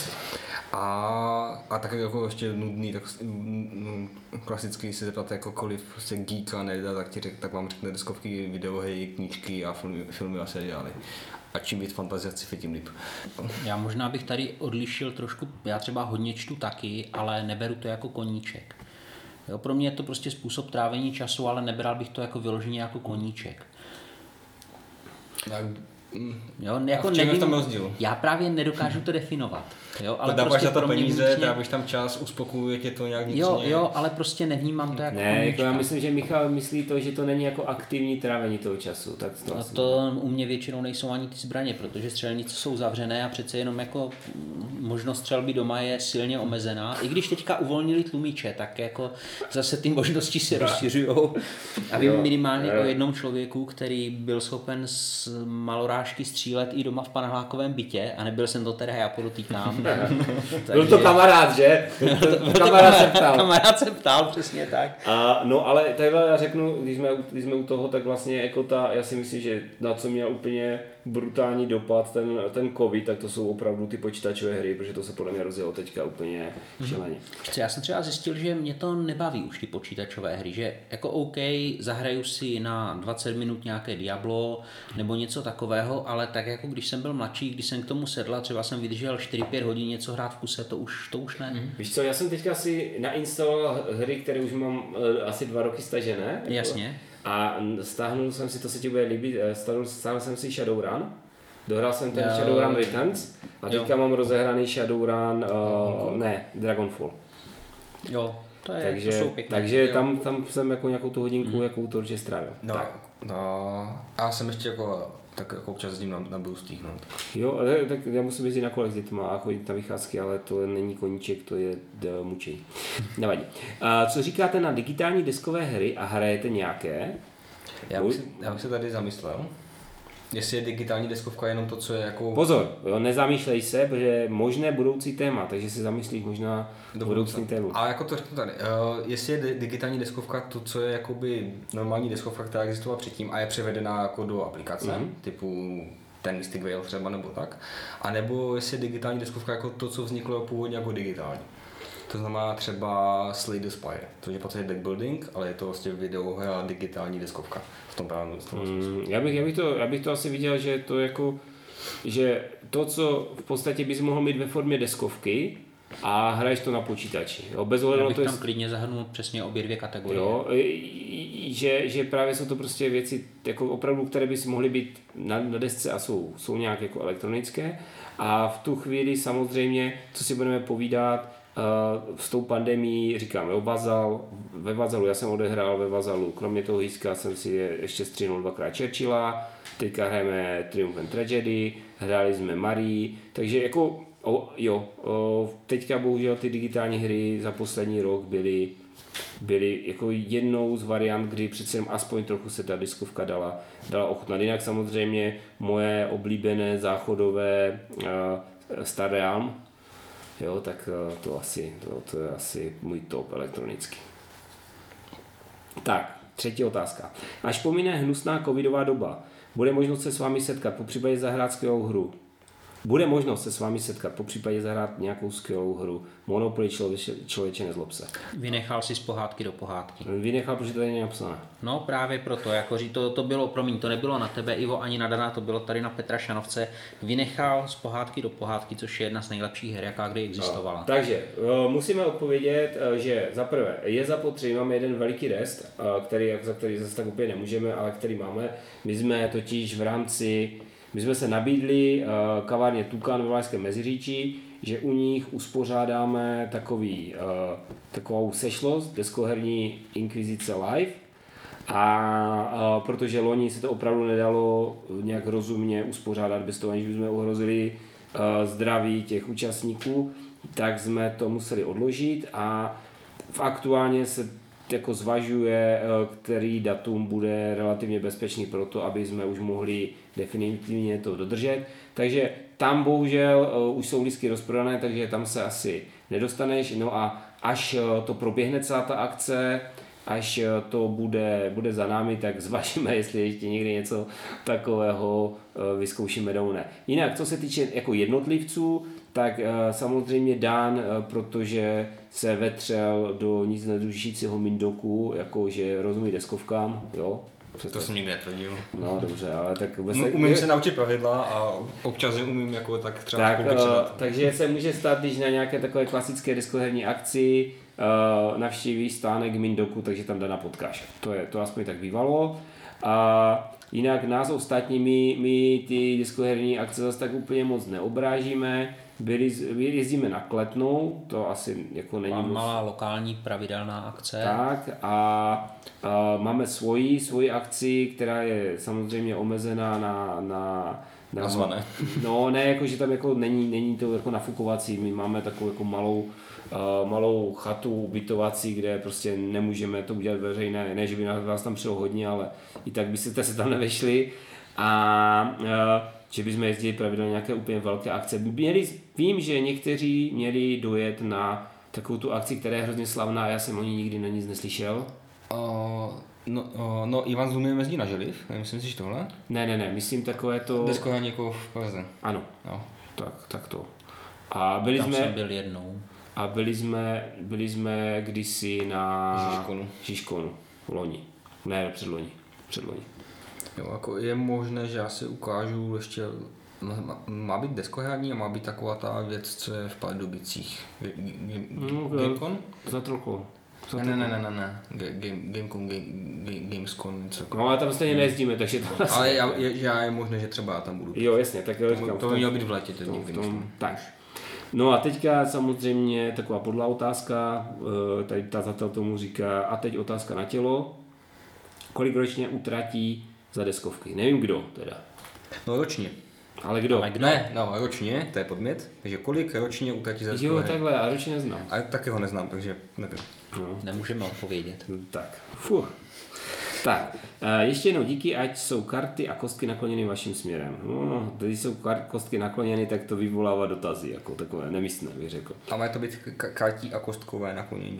Speaker 2: A taky jako ještě nudný, tak klasicky si zeptat jakokoliv prostě geeka, nerda, tak vám řekne deskovky, videohry, knížky a filmy a seriály. A čím víc fantazie, sci-fi, tím líp.
Speaker 3: Já možná bych tady odlišil trošku, já třeba hodně čtu taky, ale neberu to jako koníček. Jo, pro mě je to prostě způsob trávení času, ale nebral bych to jako vyloženě jako koníček. Jo, jako nevím,
Speaker 2: tam rozdíl?
Speaker 3: Já právě nedokážu to definovat. Jo, ale
Speaker 2: dáváš
Speaker 3: prostě
Speaker 2: na to peníze,
Speaker 3: vnitřně...
Speaker 2: trávíš tam čas, uspokojuje tě to nějak vnitřně.
Speaker 3: Jo, ale prostě nevnímám to jako
Speaker 1: jako já myslím, že Michal myslí to, že to není jako aktivní trávení toho času. Tak
Speaker 3: to u mě většinou nejsou ani ty zbraně, protože střelnice jsou zavřené a přece jenom jako možnost střelby doma je silně omezená. I když teďka uvolnili tlumiče, tak jako zase ty možnosti se rozšiřujou. A vím minimálně o jednom člověku, který byl schopen z malorážky střílet i doma v panelákovém bytě a nebyl jsem to teda, já podotýkám.
Speaker 1: Byl to kamarád, že?
Speaker 3: Kamarád se ptal, přesně tak.
Speaker 1: No ale takhle já řeknu, když jsme u toho, tak vlastně jako já si myslím, že na co měl úplně brutální dopad ten covid, tak to jsou opravdu ty počítačové hry, protože to se podle mě rozjelo teďka úplně šíleně.
Speaker 3: Já jsem třeba zjistil, že mě to nebaví už ty počítačové hry, že jako OK, zahraju si na 20 minut nějaké Diablo nebo něco takového, ale tak jako když jsem byl mladší, když jsem k tomu sedla, třeba jsem vydržel 4-5 hodin něco hrát v kuse, to už ne.
Speaker 1: Víš co, já jsem teďka si nainstaloval hry, které už mám asi 2 roky stažené.
Speaker 3: Jasně.
Speaker 1: A stáhnul jsem si, to se ti bude líbit, stáhnul jsem si Shadowrun. Dohrál jsem ten Shadowrun Returns a teďka mám rozehraný Shadowrun, Dragonfall.
Speaker 3: Jo, to
Speaker 1: takže,
Speaker 3: to jsou pěkné.
Speaker 1: Takže tam jsem jako nějakou tu hodinku jako to určitě strávil.
Speaker 2: No, já jsem ještě jako tak jako občas jezdím na boostích, no.
Speaker 1: Jo, tak já musím jezdit na kole s dětma a chodit na vycházky, ale to není koníček, to je mučení. Nevadí. Co říkáte na digitální deskové hry a hrajete nějaké?
Speaker 2: Já bych se tady zamyslel. Jestli je digitální deskovka jenom to, co je jako...
Speaker 1: Pozor, jo, nezamýšlej se, protože je možné budoucí téma, takže si zamyslíš možná budoucí téma.
Speaker 2: Ale jako to řeknu tady, jestli je digitální deskovka to, co je jakoby normální deskovka, která existovala předtím a je převedená jako do aplikace, typu ten Mystic Veil třeba nebo tak, a nebo jestli je digitální deskovka jako to, co vzniklo původně jako digitální. To znamená třeba Slay the Spire, to je v podstatě deck building, ale je to vlastně videohra digitální deskovka v tom právě smyslu.
Speaker 1: Já bych to asi viděl, že to jako, že to, co v podstatě bys mohl mít ve formě deskovky, a hraješ to na počítači. Jo, bez ohledu
Speaker 3: Já
Speaker 1: na
Speaker 3: bych
Speaker 1: to,
Speaker 3: tam klidně zahrnul přesně obě dvě kategorie.
Speaker 1: jo, že právě jsou to prostě věci jako opravdu, které by si mohly být na desce a jsou nějak jako elektronické. A v tu chvíli samozřejmě, co si budeme povídat, s tou pandemií, říkám, jo, ve Vazalu, já jsem odehrál ve Vazalu, kromě toho Hýska jsem si ještě stříhnul 2x Churchilla, teďka hrajeme Triumph and Tragedy, hráli jsme Marie, takže jako teďka bohužel ty digitální hry za poslední rok byly jako jednou z variant, kdy přece aspoň trochu se ta diskovka dala ochutnat. Jinak samozřejmě moje oblíbené záchodové Star Realm, jo, tak to je asi můj top elektronický. Tak, třetí otázka. Až pomine hnusná covidová doba, bude možnost se s vámi setkat, popřípadě zahrát skvělou hru. Bude možnost se s vámi setkat, popřípadě zahrát nějakou skvělou hru. Monopoly člověče nezlob se.
Speaker 3: Vynechal si z pohádky do pohádky.
Speaker 1: Vynechal, protože to není napsané.
Speaker 3: No právě proto, jako to bylo, promiň, to nebylo na tebe, Ivo, ani na Dana, to bylo tady na Petra Šanovce. Vynechal z pohádky do pohádky, což je jedna z nejlepších her, jaká kdy existovala.
Speaker 1: Takže musíme odpovědět, že za prvé je zapotřebí, máme jeden veliký rest, za který zase tak úplně nemůžeme, ale který máme. My jsme totiž my jsme se nabídli kavárně Tukan ve Valašském Meziříčí, že u nich uspořádáme takovou sešlost deskoherní Inkvizice Live, a protože loni se to opravdu nedalo nějak rozumně uspořádat bez toho, aniž bychom ohrozili zdraví těch účastníků, tak jsme to museli odložit a aktuálně se jako zvažuje, který datum bude relativně bezpečný pro to, aby jsme už mohli definitivně to dodržet. Takže tam bohužel už jsou lístky rozprodané, takže tam se asi nedostaneš. No a až to proběhne celá ta akce, až to bude za námi, tak zvažíme, jestli ještě někdy něco takového vyzkoušíme nebo ne. Jinak, co se týče jako jednotlivců, tak samozřejmě Dan, protože se vetřel do nic nedušícího Mindoku, jakože rozumí deskovkám, jo.
Speaker 2: To jsem nikdy netvrdil.
Speaker 1: No dobře, ale tak...
Speaker 2: Umím se naučit pravidla a občas je umím jako tak třeba
Speaker 1: takže se může stát, když na nějaké takové klasické deskoherní akci navštíví stánek Mindoku, takže tam Dana potkáš. To aspoň tak bývalo. A jinak nás ostatní, my ty deskoherní akce zase tak úplně moc neobrážíme. Jezdíme na Kletnou, to asi jako není moc...
Speaker 3: Malá lokální pravidelná akce.
Speaker 1: Tak a máme svoji akci, která je samozřejmě omezená na
Speaker 2: nazvané.
Speaker 1: No ne, jako že tam jako není to jako nafukovací, my máme takovou jako malou chatu ubytovací, kde prostě nemůžeme to udělat veřejné, ne, že by vás tam přišlo hodně, ale i tak byste se tam nevešli a že bychom jezdili pravidelně nějaké úplně velké akce. Vím, že někteří měli dojet na takovou tu akci, která je hrozně slavná a já jsem o ní nikdy na nic neslyšel.
Speaker 2: No, Ivan z Unie jezdí na Želiv, nemyslím si, že tohle?
Speaker 1: Ne, myslím takové to...
Speaker 2: Deskoherní jako v Praze.
Speaker 1: Ano,
Speaker 2: no.
Speaker 1: Tak to. A
Speaker 3: tam jsem byl jednou.
Speaker 1: A byli jsme kdysi na Žižkonu, loni. Ne, předloni.
Speaker 2: Jo, jako je možné, že já si ukážu ještě, má být deskoherní a má být taková ta věc, co je v Pardubicích. Gamecon?
Speaker 1: Za trochu.
Speaker 2: Ne. Gamescon, něco.
Speaker 1: No ale tam stejně nejezdíme, takže to asi...
Speaker 2: Ale je možné, že třeba já tam budu.
Speaker 1: Jo, jasně, tak
Speaker 2: to by mělo být v létě.
Speaker 1: Tak. No a teďka samozřejmě taková podlá otázka, tady tazatel tomu říká, a teď otázka na tělo. Kolik ročně utratí za deskovky? Nevím kdo teda.
Speaker 2: No ročně.
Speaker 1: Ale kdo?
Speaker 2: Ne, ročně, to je podmět. Takže kolik ročně utratí za deskovky?
Speaker 1: Jo, takhle, a ročně neznám.
Speaker 2: A taky ho neznám, takže nevím.
Speaker 3: No. Nemůžeme odpovědět.
Speaker 1: Tak, Tak, ještě jednou díky, ať jsou karty a kostky nakloněny vaším směrem. No, když jsou kostky nakloněny, tak to vyvolává dotazy, jako takové nemístné, bych řekl.
Speaker 2: A má to být kartí a kostkové naklonění.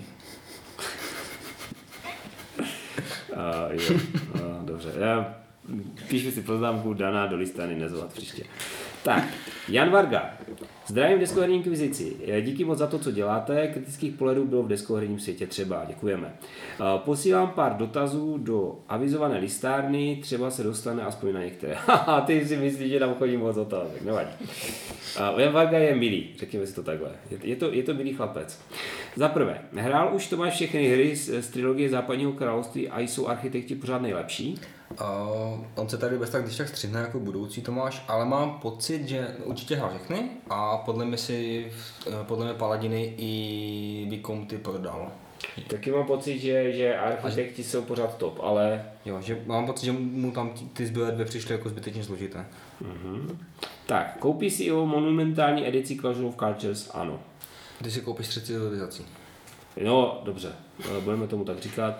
Speaker 1: Dobře, já píšu si poznámku Dana do listany nezvat příště. Tak, Jan Varga. Zdravím deskoherní inkvizici. Díky moc za to, co děláte. Kritických pohledů bylo v deskoherním světě třeba. Děkujeme. Posílám pár dotazů do avizované listárny, třeba se dostane aspoň na některé. Haha, ty si myslíš, že tam chodí moc otázek. Nevadí. Jan Varga je milý, řekněme si to takhle. Je to milý chlapec. Za prvé, hrál už Tomáš všechny hry z trilogie Západního království a jsou architekti pořád nejlepší?
Speaker 2: On se tady bez tak když tak střihne jako budoucí Tomáš, ale mám pocit, že určitě hrál všechny a podle mě Paladiny i Vicomty prodal.
Speaker 1: Taky mám pocit, že architekti jsou pořád top, ale...
Speaker 2: Jo, že mám pocit, že mu tam ty zbylé dvě přišly jako zbytečně složité.
Speaker 1: Tak, koupí si o monumentální edici Clash of Cultures? Ano.
Speaker 2: Ty si koupíš 30 civilizací.
Speaker 1: No, dobře, budeme tomu tak říkat.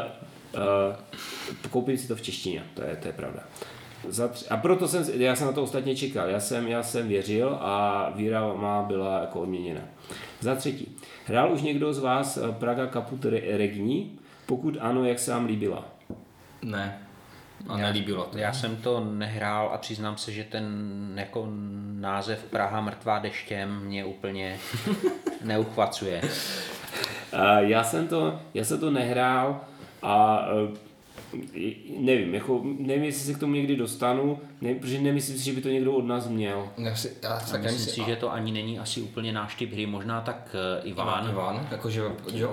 Speaker 1: Koupím si to v češtině, to je pravda. A proto já jsem na to ostatně čekal, já jsem věřil a víra má byla jako odměněna. Za třetí, hrál už někdo z vás Praga Caput Regni? Pokud ano, jak se vám líbila?
Speaker 2: Ne. A nelíbilo to.
Speaker 3: Já jsem to nehrál a přiznám se, že ten jako název Praha mrtvá deštěm mě úplně neuchvacuje.
Speaker 1: Já jsem to nehrál a nevím, jestli se k tomu někdy dostanu, protože nemyslím si, že by to někdo od nás měl.
Speaker 3: Myslím si, že to ani není asi úplně náš typ hry, možná tak Ivan,
Speaker 2: jakože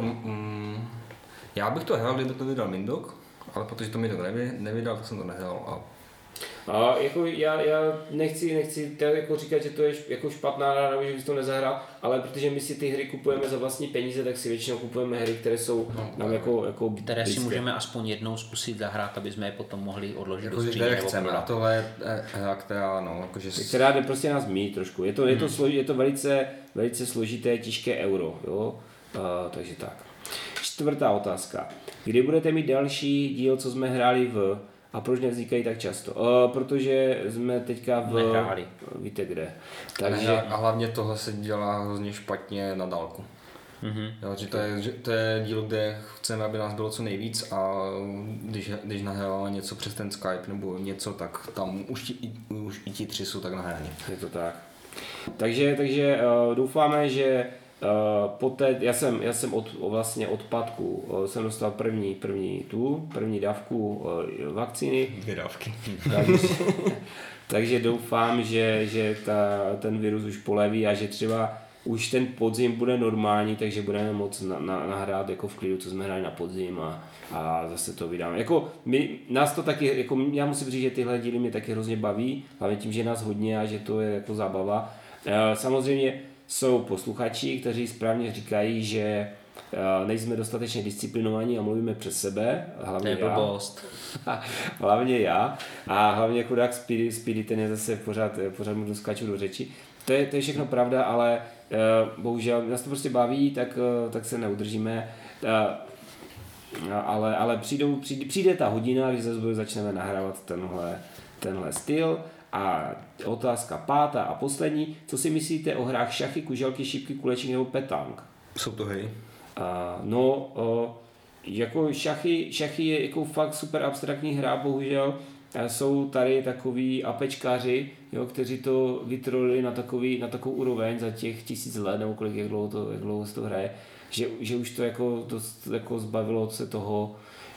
Speaker 2: já bych to hrál, kdyby to vydal Mindok, ale protože to Mindok nevydal, tak jsem to nehrál.
Speaker 1: A jako já nechci jako říkat, že to je jako špatná ráda, že bys to nezahrál, ale protože my si ty hry kupujeme za vlastní peníze, tak si většinou kupujeme hry, které jsou nám jako
Speaker 3: které blízké. Si můžeme aspoň jednou zkusit zahrát, aby jsme je potom mohli odložit
Speaker 2: jako
Speaker 3: do skříně nebo
Speaker 2: chceme. A tohle je hra, která
Speaker 1: jde prostě nás mít trošku. Je to velice složité, těžké euro, jo? Takže tak. 4. otázka. Kdy budete mít další díl, co jsme hráli a proč nevznikají tak často? Protože jsme teďka
Speaker 3: nehráli.
Speaker 1: Víte kde. Takže...
Speaker 2: A hlavně tohle se dělá hrozně špatně na dálku. Jo, že to je díl, kde chceme, aby nás bylo co nejvíc a když nahráváme něco přes ten Skype nebo něco, tak tam už i ti tři jsou tak nahráni.
Speaker 1: Je to tak. Takže doufáme, že poté, já jsem od pátku jsem dostal první dávku vakcíny.
Speaker 2: 2 dávky.
Speaker 1: Takže doufám, že ten virus už poleví a že třeba už ten podzim bude normální, takže budeme moct nahrát jako v klidu, co jsme hráli na podzim a zase to vydáme. Jako nás to taky, jako já musím říct, že tyhle díly mě taky hrozně baví, hlavně tím, že nás hodně a že to je jako zábava. Samozřejmě jsou posluchači, kteří správně říkají, že nejsme dostatečně disciplinovaní a mluvíme přes sebe, hlavně já. Hlavně já a hlavně chudák Speedy, ten je zase pořád mu skáču do řeči. To je všechno pravda, ale bohužel nás to prostě baví, tak se neudržíme. Ale přijde ta hodina, kdy zase začneme nahrávat tenhle styl. A otázka 5. a poslední. Co si myslíte o hrách šachy, kuželky, šipky, kulečník nebo petang?
Speaker 2: Jsou to hry?
Speaker 1: Jako šachy je jako fakt super abstraktní hra, bohužel. Jsou tady takový apečkáři, jo, kteří to vytrolili na takovou úroveň za těch 1000 let, nebo kolik, jak dlouho se to hraje, že už to jako zbavilo se toho,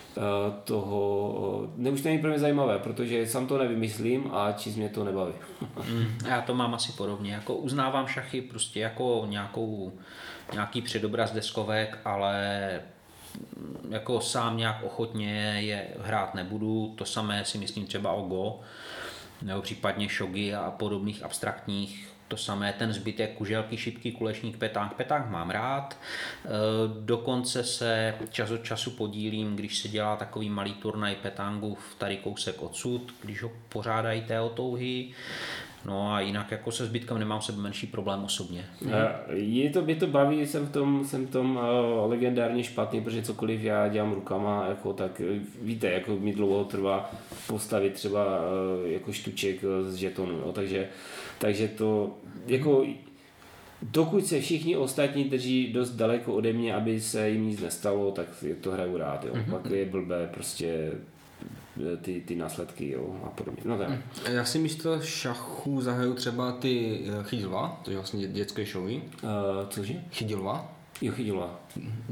Speaker 1: už to není pro mě zajímavé, protože sám to nevymyslím a číst mě to nebaví.
Speaker 3: Já to mám asi podobně, jako uznávám šachy prostě jako nějaký předobraz deskovek, ale jako sám nějak ochotně je hrát nebudu, to samé si myslím třeba o Go, nebo případně shogi a podobných abstraktních, to samé ten zbytek kuželky, šipky, kulečník, petang mám rád, dokonce se čas od času podílím, když se dělá takový malý turnaj petangu v tady kousek odsud, když ho pořádají té otouhy. No a jinak jako se zbytkem nemám sebe menší problém osobně.
Speaker 1: Mě to baví, jsem v tom legendárně špatný, protože cokoliv já dělám rukama, jako tak víte, jako mi dlouho trvá postavit třeba jako štuček z žetonu, jo, takže to jako dokud se všichni ostatní drží dost daleko ode mě, aby se jim nic nestalo, tak to hraju rád, jo. Pak je blbé prostě ty následky, jo, a podobně. No tak.
Speaker 2: Já si místo šachu zahraju třeba ty Chydilva, to je vlastně dětské showy.
Speaker 1: Cože?
Speaker 2: Chydilva.
Speaker 1: Jo, Chydilva.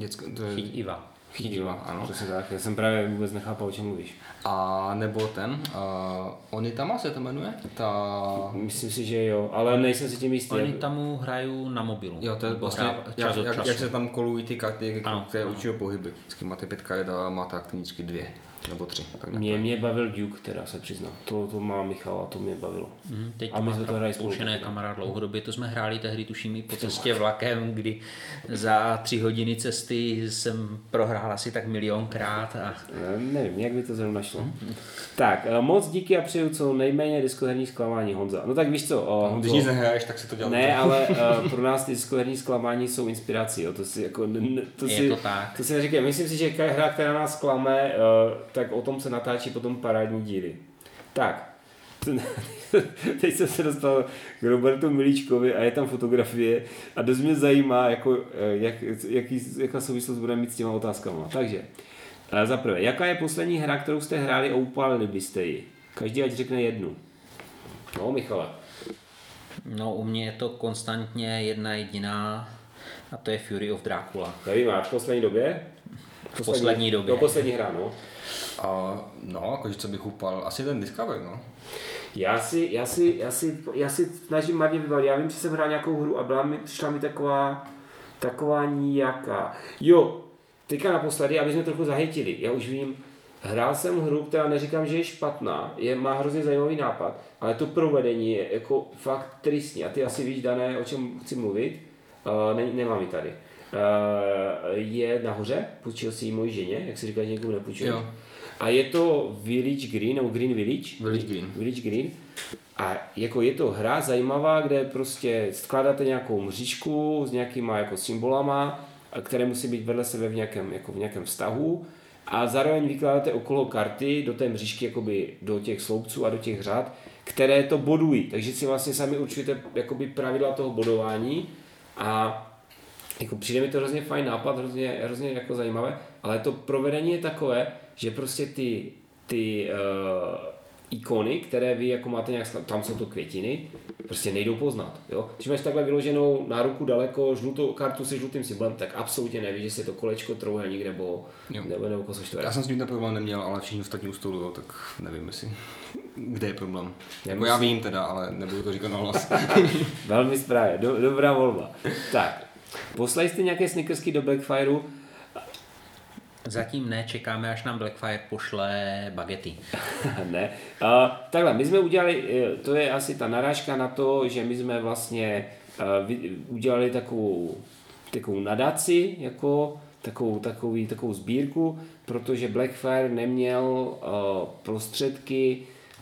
Speaker 3: Chydiva,
Speaker 1: ano. Přesně tak, já jsem právě vůbec nechápal, o čem mluvíš.
Speaker 2: A nebo Onitama se to jmenuje?
Speaker 1: Myslím si, že jo, ale nejsem si tím jistý.
Speaker 3: Onitamu hraju na mobilu.
Speaker 2: Jo, to je vlastně, jak se tam kolují ty karty, které učí pohyby. Vždycky máte 5 karet a máte aktivničky 2 nebo 3.
Speaker 1: Mě bavil Duke, teda se přiznám. To má Michal a to mě bavilo.
Speaker 3: Teď
Speaker 1: a my jsme to hráli
Speaker 3: společené kamarád dlouhodobě, to jsme hráli tehdy tuším i po cestě vlakem, kdy za 3 hodiny cesty jsem prohrál asi tak 1,000,000krát. A...
Speaker 1: Nevím, jak by to zrovna šlo. Tak, moc díky a přeju co nejméně diskoherní zklamání, Honza. No tak víš co,
Speaker 2: když nic nehraješ, tak si to dělá.
Speaker 1: Ne, ale pro nás ty diskoherní zklamání jsou inspirací, jo. To si jako, to si neříkám. Myslím si, že hra, která nás klame, tak o tom se natáčí potom parádní díly. Tak, teď jsem se dostal k Robertu Milíčkovi a je tam fotografie a dost mě zajímá, jako, jaká souvislost bude mít s těma otázkama. Takže, za prvé, jaká je poslední hra, kterou jste hráli a upálili byste ji? Každý ať řekne jednu. No, Michale.
Speaker 3: No, u mě je to konstantně jedna jediná a to je Fury of Dracula.
Speaker 1: Nevím, máš v poslední době?
Speaker 3: V poslední době.
Speaker 1: No, poslední hra, no.
Speaker 2: No, jakože co bych upal, asi ten Discovery, no.
Speaker 1: Já si snažím marně vybavit. Já vím, že jsem hrál nějakou hru a přišla mi taková nějaká. Jo, teďka naposledy, aby jsme trochu zahejtili. Já už vím, hrál jsem hru, která neříkám, že je špatná, má hrozně zajímavý nápad, ale to provedení je jako fakt tristní. A ty asi víš, Dané, o čem chci mluvit. Nemám ji tady. Je nahoře, půjčil si ji mojí ženě, jak si říká, že někomu nepůjčil.
Speaker 2: Jo.
Speaker 1: A je to Village Green, nebo Green Village?
Speaker 2: Village
Speaker 1: Green. A jako je to hra zajímavá, kde prostě skládáte nějakou mřížku s nějakýma jako symbolama, které musí být vedle sebe v nějakém vztahu. A zároveň vykládáte okolo karty do té mřížky, jakoby do těch sloupců a do těch řad, které to bodují. Takže si vlastně sami určujete jakoby pravidla toho bodování. A jako přijde mi to hrozně fajn nápad, hrozně jako zajímavé, ale to provedení je takové, že prostě ty ikony, které vy jako máte nějak, tam jsou to květiny, prostě nejdou poznat. Jo? Když máš takhle vyloženou na ruku daleko žlutou kartu se žlutým symbolem, tak absolutně nevíš, že je to kolečko, trojúhelník nebo kosočtverec.
Speaker 2: Já jsem s tím ten problém neměl, ale všichni ostatní u stolu, tak nevím, jestli kde je problém. Jako já vím teda, ale nebudu to říkat na hlas.
Speaker 1: Velmi správně, dobrá volba. Tak, poslali jste nějaké snickersky do Blackfireu?
Speaker 3: Zatím ne, čekáme, až nám Blackfire pošle bagety.
Speaker 1: Ne. Takhle, my jsme udělali, to je asi ta narážka na to, že my jsme vlastně udělali takovou nadaci, jako takovou sbírku, protože Blackfire neměl prostředky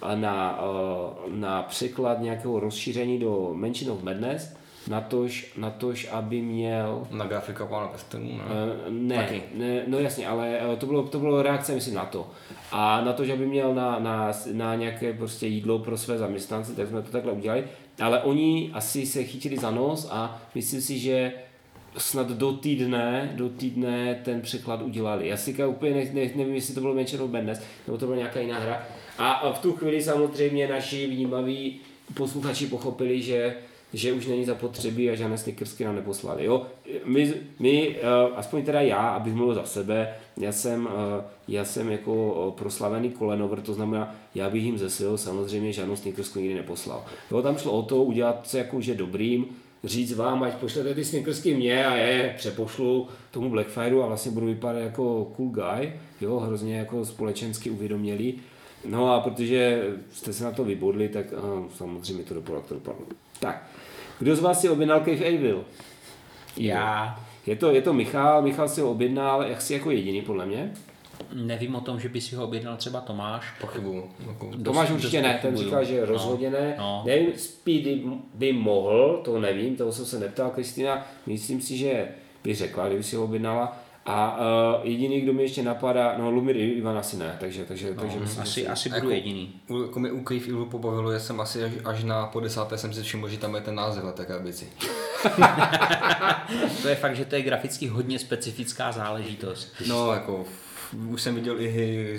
Speaker 1: na překlad nějakého rozšíření do Mansion of Madness, natož, aby měl...
Speaker 2: Na grafika Pána prstenů,
Speaker 1: ne, no jasně, ale to bylo reakce, myslím, na to. A na to, že by měl na nějaké prostě jídlo pro své zaměstnance, tak jsme to takhle udělali. Ale oni asi se chytili za nos a myslím si, že snad do týdne ten překlad udělali. Já si úplně nevím, jestli to bylo Mansion of Madness, nebo to byla nějaká jiná hra. A v tu chvíli samozřejmě naši vnímaví posluchači pochopili, že už není zapotřebí a žádné snickersky nám neposlali. Jo? My, aspoň teda já, abych mluvil za sebe, já jsem jako proslavený kolenover, to znamená, já bych jim ze svého samozřejmě žádnou snickersku nikdy neposlal. Jo, tam šlo o to udělat se jako, že dobrým, říct vám, ať pošlete ty snickersky mě a já je přepošlu tomu Blackfireu a vlastně budu vypadat jako cool guy, jo, hrozně jako společensky uvědomělý. No a protože jste se na to vybodli, tak samozřejmě to dopadlo. Tak, kdo z vás si objednal Cave Evil?
Speaker 3: Já.
Speaker 1: Je to Michal si ho objednal, jak si jako jediný podle mě.
Speaker 3: Nevím o tom, že by si ho objednal třeba Tomáš.
Speaker 2: Pochybuju.
Speaker 1: Tomáš určitě ne, ten říkal, že rozhodně ne.
Speaker 3: No.
Speaker 1: Nevím, Speedy by mohl, to nevím, toho jsem se neptal, Kristýna, myslím si, že by řekla, kdyby si ho objednala. A jediný, kdo mi ještě napadá, no Lumír Ivan asi ne, takže myslím,
Speaker 3: asi budu jediný.
Speaker 2: Jako mě u Cave Evilu pobavilo, že jsem asi až na po 10. jsem si všiml, že tam je ten název na té krabici.
Speaker 3: To je fakt, že to je graficky hodně specifická záležitost.
Speaker 2: No jako už jsem viděl i hry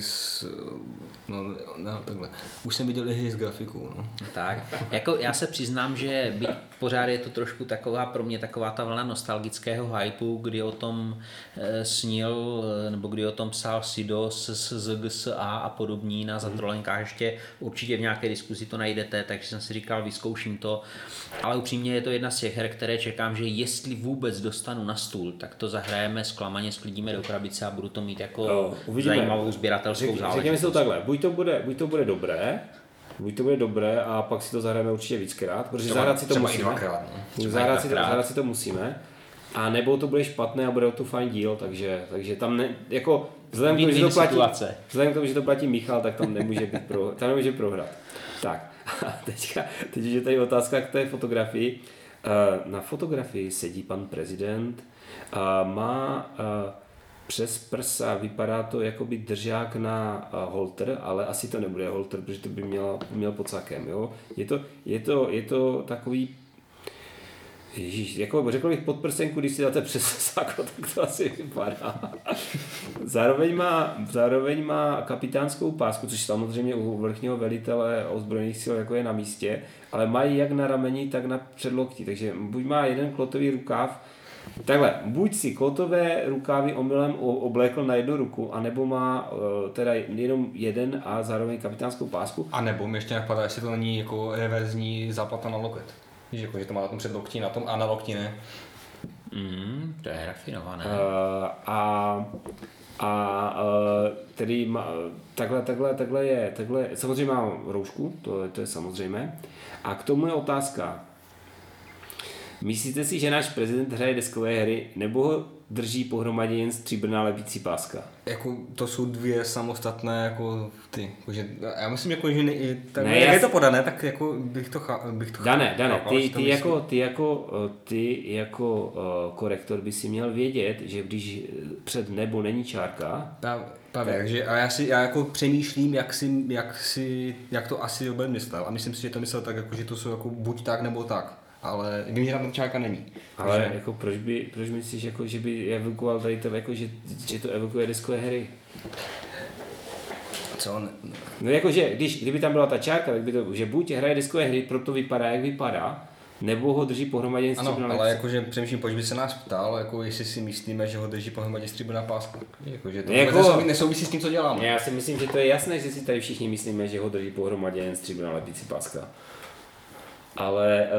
Speaker 2: už jsem viděl i hry s grafikou, no.
Speaker 3: Tak, jako já se přiznám, že byť pořád je to trošku taková pro mě taková ta vlna nostalgického hypeu, kdy o tom snil, nebo kdy o tom psal Sido z ZGSA a podobní na Zatrolenkách, ještě určitě v nějaké diskuzi to najdete, takže jsem si říkal, vyzkouším to, ale upřímně je to jedna z těch her, které čekám, že jestli vůbec dostanu na stůl, tak to zahrajeme zklamaně, sklidíme do krabice a budu to mít jako zajímavou sběratelskou záležitost.
Speaker 1: Řekněme si to takhle, buď to bude dobré a pak si to zahrajeme určitě víckrát, protože zahrát si to musíme. Zahrát si to musíme. A nebo to bude špatné a bude to fajn díl, takže tam ne, jako vzhledem k tomu, že to platí Michal, tak tam nemůže prohrát. Tak, teď je tady otázka k té fotografii. Na fotografii sedí pan prezident, má přes prsa, vypadá to jako by držák na holter, ale asi to nebude holter, protože to by měl pod sakem, jo. Je to takový, ježíš, jako řekl bych podprsenku, když si dáte přes sako, tak to asi vypadá. Zároveň má kapitánskou pásku, což samozřejmě u vrchního velitele ozbrojených sil jako je na místě, ale mají jak na rameni, tak na předlokti, takže buď má jeden klotový rukáv, takhle, buď si klotové rukávy omylem oblékl na jednu ruku, anebo má teda jenom jeden a zároveň kapitánskou pásku.
Speaker 2: A nebo mi ještě napadá, jestli to není jako reverzní záplata na loket. Víš, jako, že to má na tom předloktí, na tom a na lokti ne.
Speaker 3: To je rafinované.
Speaker 1: Tedy má, takhle je, samozřejmě má roušku, to je samozřejmé. A k tomu je otázka. Myslíte si, že náš prezident hraje deskové hry, nebo ho drží pohromadě jen stříbrná lepící páska?
Speaker 2: Jako, to jsou dvě samostatné jako ty. Že, já myslím, jako, že
Speaker 1: ne,
Speaker 2: jak je to podané, tak jako bych to
Speaker 1: Dane, ty jako korektor by si měl vědět, že když před nebo není čárka.
Speaker 2: Právě, takže a já jako přemýšlím, jak to asi Robert myslel. A myslím si, že to myslel tak, jako, že to jsou jako buď tak nebo tak. Ale vím, že tam čárka není.
Speaker 1: Ale že... jako proč myslíš, jako, že by evokoval tady to, jako, že to evokuje deskové hry?
Speaker 2: Co?
Speaker 1: No jakože, kdyby tam byla ta čárka, tak by to, že buď hraje deskové hry, proto vypadá, jak vypadá, nebo ho drží pohromadě stříbrná.
Speaker 2: Ano, ale jakože přemýšlím, proč by se nás ptal, jako jestli si myslíme, že ho drží pohromadě stříbrná páska. Jakože to nesouvisí s tím, co děláme.
Speaker 1: Já si myslím, že to je jasné, že si tady všichni myslíme, že ho drží pohromadě jen stříbrná lepící páska. Ale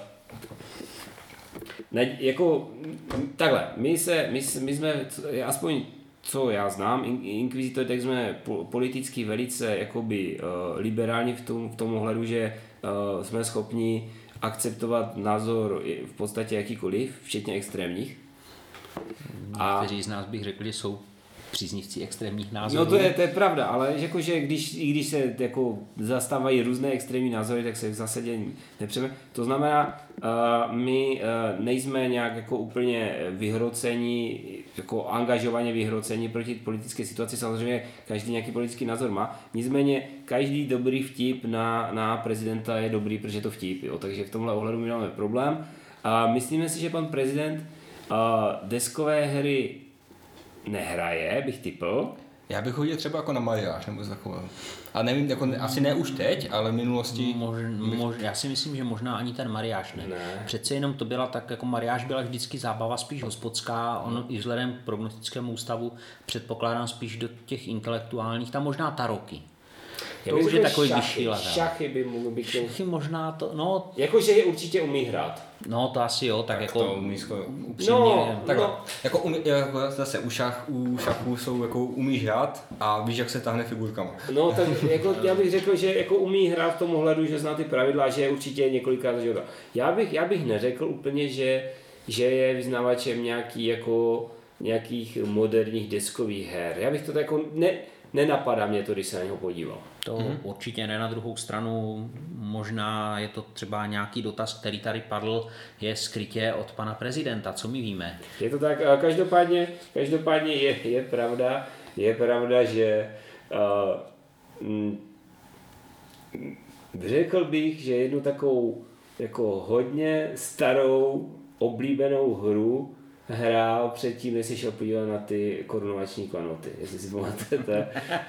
Speaker 1: ne, jako takhle, my jsme, aspoň co já znám, inkvizitor, tak jsme politicky velice jakoby liberální v tom ohledu, že jsme schopni akceptovat názor v podstatě jakýkoliv, včetně extrémních.
Speaker 3: Někteří z nás bych řekl, že jsou příznivci extrémních názorů.
Speaker 1: No to je pravda, ale jakože když se jako zastávají různé extrémní názory, tak se v zásadě nepřeme. To znamená, my nejsme nějak jako úplně vyhroceni, jako angažovaně vyhroceni proti politické situaci, samozřejmě každý nějaký politický názor má, nicméně každý dobrý vtip na prezidenta je dobrý, protože je to vtip, jo? Takže v tomhle ohledu my máme problém. A myslíme si, že pan prezident deskové hry nehraje, bych tipl.
Speaker 2: Já bych hodil třeba jako na mariáž nebo takového. A nevím, jako asi ne už teď, ale v minulosti...
Speaker 3: Já si myslím, že možná ani ten mariáž ne. Přece jenom to byla tak, jako mariáž byla vždycky zábava spíš hospodská, on i vzhledem k prognostickému ústavu předpokládám spíš do těch intelektuálních, tam možná taroky. To už je takový vyšší level.
Speaker 1: Šachy by mohl být.
Speaker 3: Šachy možná to, no...
Speaker 1: Jakože je určitě umí hrát.
Speaker 3: No to asi jo, tak jako...
Speaker 2: To umí
Speaker 3: upřímně...
Speaker 2: Jako zase u šachů jsou jako umíš hrát a víš, jak se tahne figurkama.
Speaker 1: No tak jako já bych řekl, že jako umí hrát v tom ohledu, že zná ty pravidla, že je určitě několikrát zažil. Já bych neřekl úplně, že je vyznavačem nějakých moderních deskových her. Já bych to tak jako... Nenapadá mě to, když se na něho podíval.
Speaker 3: To určitě ne, na druhou stranu možná je to třeba nějaký dotaz, který tady padl, je skrytě od pana prezidenta, co my víme.
Speaker 1: Je to tak, každopádně je pravda, že řekl bych, že jednu takovou jako hodně starou oblíbenou hru hrál předtím, než se šel podívat na ty korunovační klanoty, jestli si pamatujete.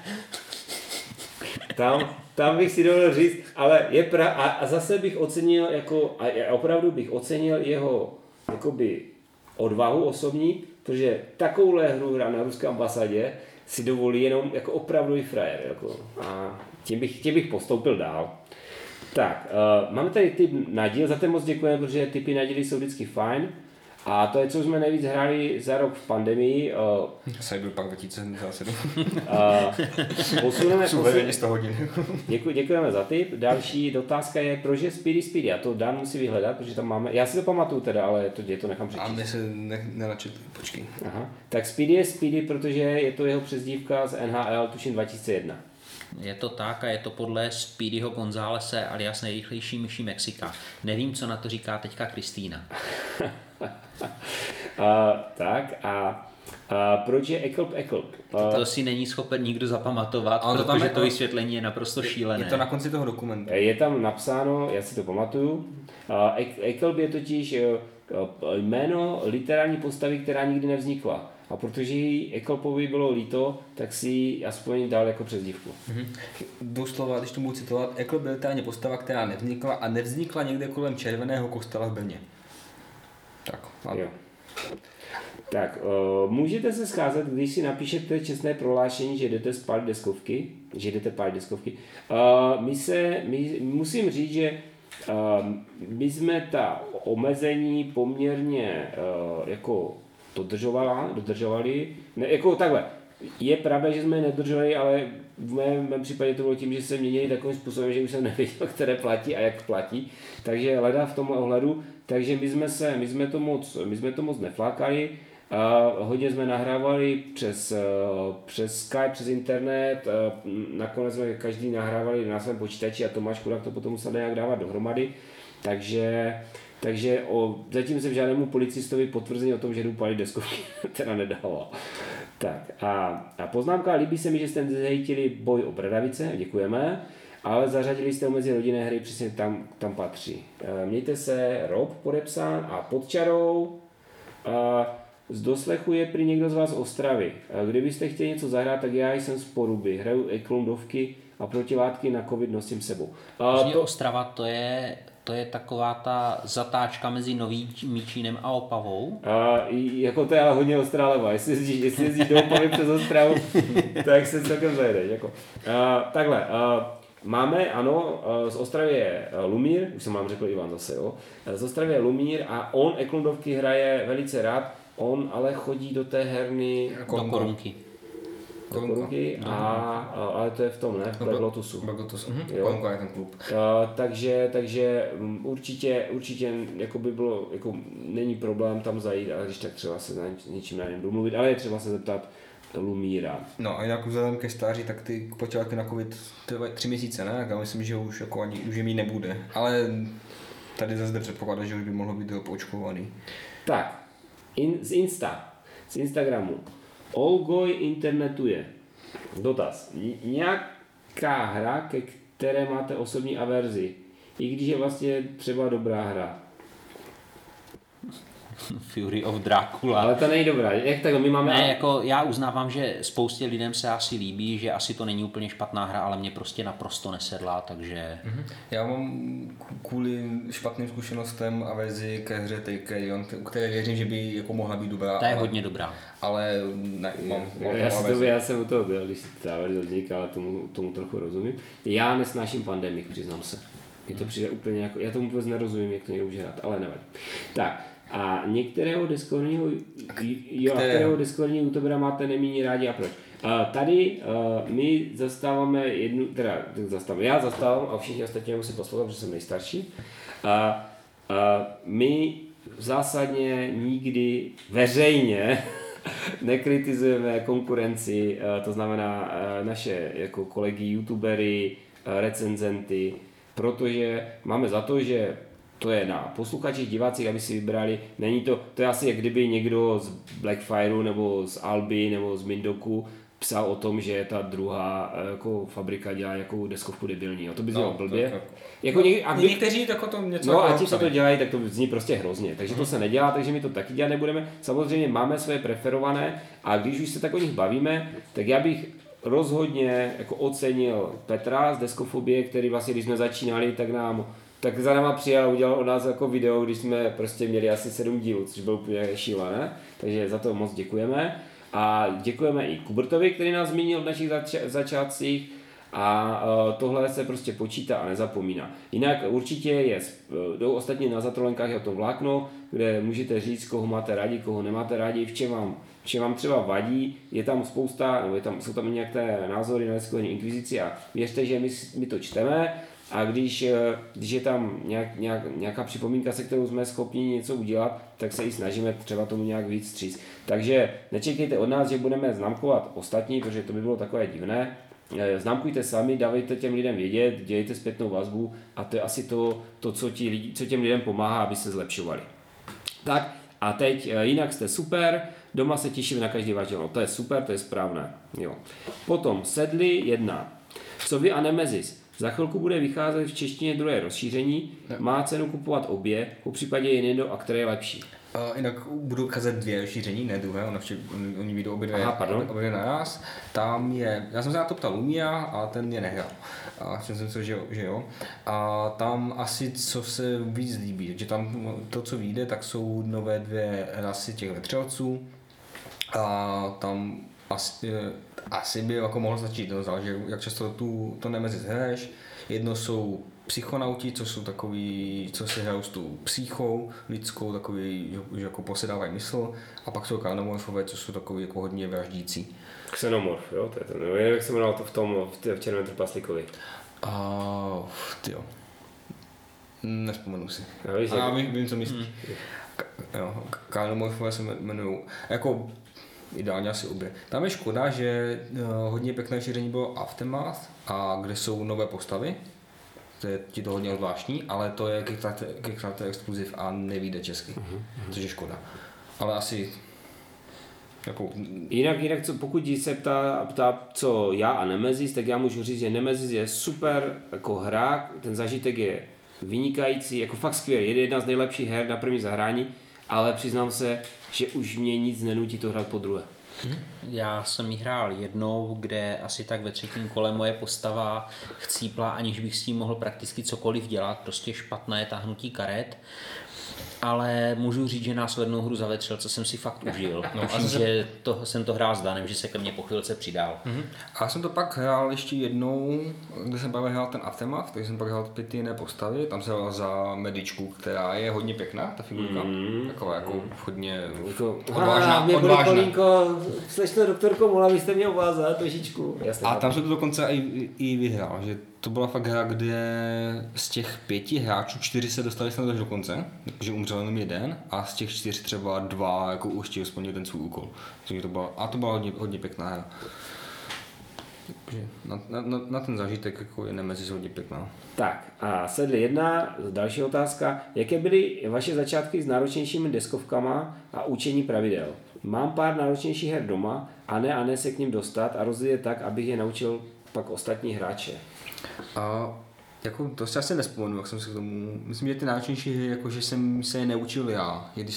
Speaker 1: Tam bych si dovolil říct, ale a zase bych ocenil, opravdu bych ocenil jeho jakoby odvahu osobní, protože takovouhle hru hrát na ruské ambasádě si dovolí jenom jako opravdový frajer. Jako, a tím bych postoupil dál. Tak, máme tady tip na díl, za ten moc děkujeme, protože tipy na díly jsou vždycky fajn. A to je, co jsme nejvíc hráli za rok v pandemii.
Speaker 2: Cyberpunk 2077.
Speaker 1: Posuneme
Speaker 2: 100 hodin.
Speaker 1: Děkujeme za tip. Další dotázka je, proč je Speedy? A to Dan musí vyhledat, protože tam máme, já si to pamatuju teda, ale to nechám přečíst.
Speaker 2: A mě se nenačetl, počkej.
Speaker 1: Aha. Tak Speedy je Speedy, protože je to jeho přezdívka z NHL, tuším 2001.
Speaker 3: Je to tak a je to podle Speedyho Gonzálese alias nejrychlejší myší Mexika. Nevím, co na to říká teďka Kristýna.
Speaker 1: Proč je Eklb?
Speaker 3: To si není schopen nikdo zapamatovat, protože to vysvětlení je naprosto šílené.
Speaker 2: Je to na konci toho dokumentu.
Speaker 1: Je tam napsáno, já si to pamatuju, Eklb je totiž jméno literární postavy, která nikdy nevznikla. A protože jí Eklbovi bylo líto, tak si ji aspoň dal jako přezdívku.
Speaker 2: Doslova, když to budu citovat, Eklb byl literární postava, která nevznikla a nevznikla někde kolem červeného kostela v Brně. Tak,
Speaker 1: jo. Tak, můžete se scházet, když si napíšete čestné prohlášení, že jdete pálit deskovky. Musím říct, že my jsme ta omezení poměrně jako dodržovali. Ne, jako takhle, je pravda, že jsme je nedodržovali, ale v mém případě to bylo tím, že se měnili takovým způsobem, že už jsem nevěděl, které platí a jak platí. Takže leda v tomhle ohledu. Takže my jsme to moc neflákali. Hodně jsme nahrávali přes Skype, přes internet. Nakonec jsme každý nahrávali na svém počítači a Tomáš Chudák to potom musel nějak dávat dohromady. Takže zatím jsem žádnému policistovi potvrzení o tom, že jdu palit deskovky, teda nedával. Tak a poznámka, líbí se mi, že jste zhejtili boj o Bradavice, děkujeme, ale zařadili jste ho mezi rodinné hry, přesně tam patří. Mějte se, Rob podepsán a pod čarou. Z doslechu je prý někdo z vás Ostravy. Kdybyste chtěli něco zahrát, tak já jsem z Poruby. Hraju Eklundovky a protilátky na covid nosím sebou.
Speaker 3: Ostrava, to je taková ta zatáčka mezi Novým Míčínem a Opavou?
Speaker 1: Jako to je ale hodně ostrá leva. Jestli jezdíš do Opavy přes Ostravu, tak se celkem zajedeš. Jako. Takhle. Máme, ano, z Ostravy je Lumír, už jsem vám řekl Ivan zase, jo. Z Ostravy je Lumír a on Eklundovky hraje velice rád, on ale chodí do té herny
Speaker 3: do Korunky.
Speaker 1: Ale to je v tom, ne? V Black Lotusu.
Speaker 2: Korunka je ten klub.
Speaker 1: Takže určitě jako by bylo, jako není problém tam zajít, ale když tak třeba se něčím na něm domluvit, ale je třeba se zeptat Lumíra.
Speaker 2: No a jinak vzhledem ke stáří, tak ty počávaky na covid 3 měsíce, ne? Já myslím, že už jako už jim nebude. Ale tady zase předpokládá, že už by mohlo být poočkovaný.
Speaker 1: Tak, z Instagramu. Olgoj internetuje. Dotaz. Nějaká hra, ke které máte osobní averzi, i když je vlastně třeba dobrá hra.
Speaker 3: Fury of Dracula.
Speaker 1: Ale to není dobrá. Jak takhle, my máme...
Speaker 3: Ne, jako já uznávám, že spoustě lidem se asi líbí, že asi to není úplně špatná hra, ale mě prostě naprosto nesedla, takže...
Speaker 2: Já mám kvůli špatným zkušenostem averzi ke hře Take, u které věřím, že by jako mohla být dobrá.
Speaker 3: Ta je hodně dobrá.
Speaker 2: Ale ne, mám
Speaker 1: já jsem u toho byl, když ta averze vznikla, ale tomu trochu rozumím. Já nesnáším Pandemic, přiznám se. Je to přijde úplně jako... Já tomu vůbec nerozumím, jak to někdo může hrát, ale nevadí. Tak. A některého diskorního youtubera máte neméně rádi a proč? Tady my zastáváme já zastávám a všichni ostatní musí poslouchat, protože jsem nejstarší. My zásadně nikdy veřejně nekritizujeme konkurenci, to znamená naše jako kolegy youtubery, recenzenty, protože máme za to, že to je na posluchačích, divácích, aby si vybrali. Není to je asi jak kdyby někdo z Blackfireu nebo z Alby nebo z Mindoku psal o tom, že ta druhá jako fabrika dělá nějakou deskovku debilní, jo, to by znělo blbě. Jako
Speaker 2: někteří jako to něco
Speaker 1: no a ti, co to dělají, tak to zní prostě hrozně, takže to se nedělá, takže my to taky dělat nebudeme. Samozřejmě máme své preferované a když už se tak o nich bavíme, tak já bych rozhodně jako ocenil Petra z Deskofobie, který vlastně, když jsme začínali, tak za náma přijel a udělal od nás jako video, když jsme prostě měli asi 7 dílů, což bylo úplně šílené, takže za to moc děkujeme. A děkujeme i Kubertovi, který nás zmínil v našich začátcích a tohle se prostě počítá a nezapomíná. Jinak určitě jdou ostatně na Zatrolenkách je o tom vlákno, kde můžete říct, koho máte rádi, koho nemáte rádi, v čem vám třeba vadí, je tam spousta, nebo jsou tam nějaké názory na Deskovní inkvizici a věřte, že my to čteme a když je tam nějaká připomínka, se kterou jsme schopni něco udělat, tak se i snažíme třeba tomu nějak víc vstříc. Takže nečekejte od nás, že budeme známkovat ostatní, protože to by bylo takové divné. Známkujte sami, dávejte těm lidem vědět, dělejte zpětnou vazbu a to je asi to co těm lidem pomáhá, aby se zlepšovali. Tak a teď jinak jste super, doma se těším na každý váš dělo. To je super, to je správné. Jo. Potom Sedli 1. Co vy a Nemesis? Za chvilku bude vycházet v češtině druhé rozšíření, má cenu kupovat obě, po případě jen jedno a které je lepší.
Speaker 2: Jinak budou kazet 2 rozšíření, ne druhé, oni vyjdou obě dvě naraz. Tam je, já jsem se na to ptal Lumia a ten mě nehrál. A jsem si, že jo. A tam asi co se víc líbí, že tam to, co vyjde, tak jsou nové 2 rasy těch vetřelců. A tam asi by jako mohlo začít, to záleží, jak často to Nemesis hraješ. Jedno jsou psychonauti, co jsou takový, co si hrajou s tou psychou lidskou, takový, že jako posedávají mysl, a pak jsou xenomorfové, co jsou takový jako hodně vraždící.
Speaker 1: Xenomorf, jo, to je to, nebo jak se jmenoval to v Červeném trpaslíkovi.
Speaker 2: Tyjo, nespomenu si.
Speaker 1: Já
Speaker 2: vím, co myslíš. Xenomorfové se jmenují, jako ideálně asi obě. Tam je škoda, že hodně pěkné šíření bylo Aftermath, a kde jsou nové postavy. To je ti to hodně zvláštní, ale to je Kickstarter exkluziv a nevyjde česky, což je škoda. Ale asi jako...
Speaker 1: Jinak pokud se ptá, co já a Nemesis, tak já můžu říct, že Nemesis je super jako hra, ten zážitek je vynikající, jako fakt skvělý, je jedna z nejlepších her na první zahrání, ale přiznám se, že už mě nic nenutí to hrát po druhé.
Speaker 3: Já jsem jí hrál jednou, kde asi tak ve 3. kole moje postava chcípla, aniž bych s tím mohl prakticky cokoliv dělat, prostě špatné tahnutí karet. Ale můžu říct, že následnou hru za vetřelce jsem si fakt užil. Že jsem to hrál s Danem, že se ke mně po chvilce přidal.
Speaker 2: A já jsem to pak hrál ještě jednou, kde jsem pak hrál ten Aftermath, takže jsem pak hrál 5 jiné postavy, tam jsem hrál za medičku, která je hodně pěkná, ta figurka, taková jako hodně odvážná.
Speaker 1: Slečno doktorko, mohla byste mě uvázat trošičku.
Speaker 2: A tam jsem to dokonce i vyhrál, že to byla fakt hra, kde z těch 5 hráčů 4 se dostali snad až do konce, že umřel jenom jeden a z těch 4 třeba 2 jako už ti splnil ten svůj úkol. Takže to byla hodně pěkná hra. Takže na ten zážitek jako je Nemesis hodně pěkná.
Speaker 1: Tak a Sedli 1, další otázka. Jaké byly vaše začátky s náročnějšími deskovkama a učení pravidel? Mám pár náročnějších her doma a ne se k ním dostat a rozvíjet tak, abych je naučil pak ostatní hráče.
Speaker 2: A jako to si asi nespomenu, jak jsem se k tomu, myslím, že ty náročnější hry, jako že jsem se je neučil já. Když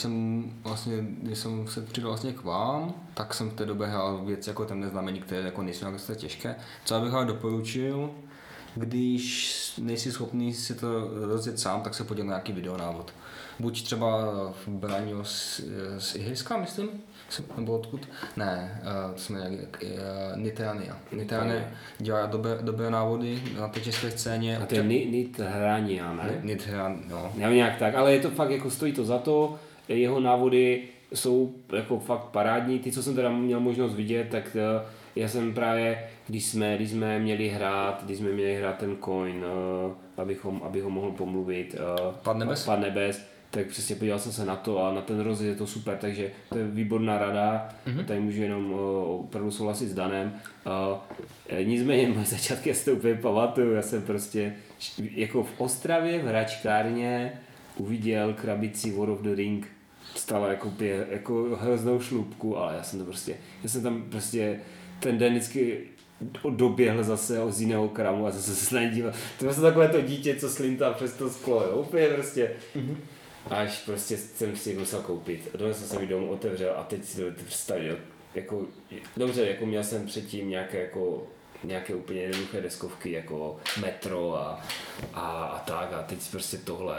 Speaker 2: jsem se přidal vlastně k vám, tak jsem v té době hrál věci jako Temné znamení, které jako nejsou nějaké těžké. Co bych vám doporučil, když nejsi schopný si to rozjet sám, tak se podívat na nějaký videonávod. Buď třeba v Braňo z Ihriska, myslím, nebo odkud? Ne, to jsme nějaký Nitrania. Nitrania dělá dobré návody na té české scéně.
Speaker 1: A to je Nitrania, ne?
Speaker 2: Nitrania, no.
Speaker 1: Nevím nějak tak, ale je to fakt, jako stojí to za to, jeho návody jsou jako fakt parádní, ty, co jsem teda měl možnost vidět, tak já jsem právě, když jsme měli hrát ten coin, abych ho mohl pomluvit, Pad nebes, tak přesně podíval jsem se na to a na ten rozjezd je to super, takže to je výborná rada, tady můžu jenom opravdu souhlasit s Danem. Nicméně moje začátky, já si to úplně pamatuju, já jsem prostě jako v Ostravě v hračkárně uviděl krabici War of the Ring, stala jako hroznou šlupku, ale já jsem tam prostě ten den vždycky doběhl zase z jiného kramu a zase se na ní díval. To bylo takové to dítě, co slintá přes to sklo, jo? Úplně prostě. Až prostě jsem si musel koupit. Donesl jsem ji domů, otevřel a teď si dovedete představit, jo? Jako, dobře, jako měl jsem předtím nějaké úplně jednoduché deskovky, jako Metro a tak a teď prostě tohle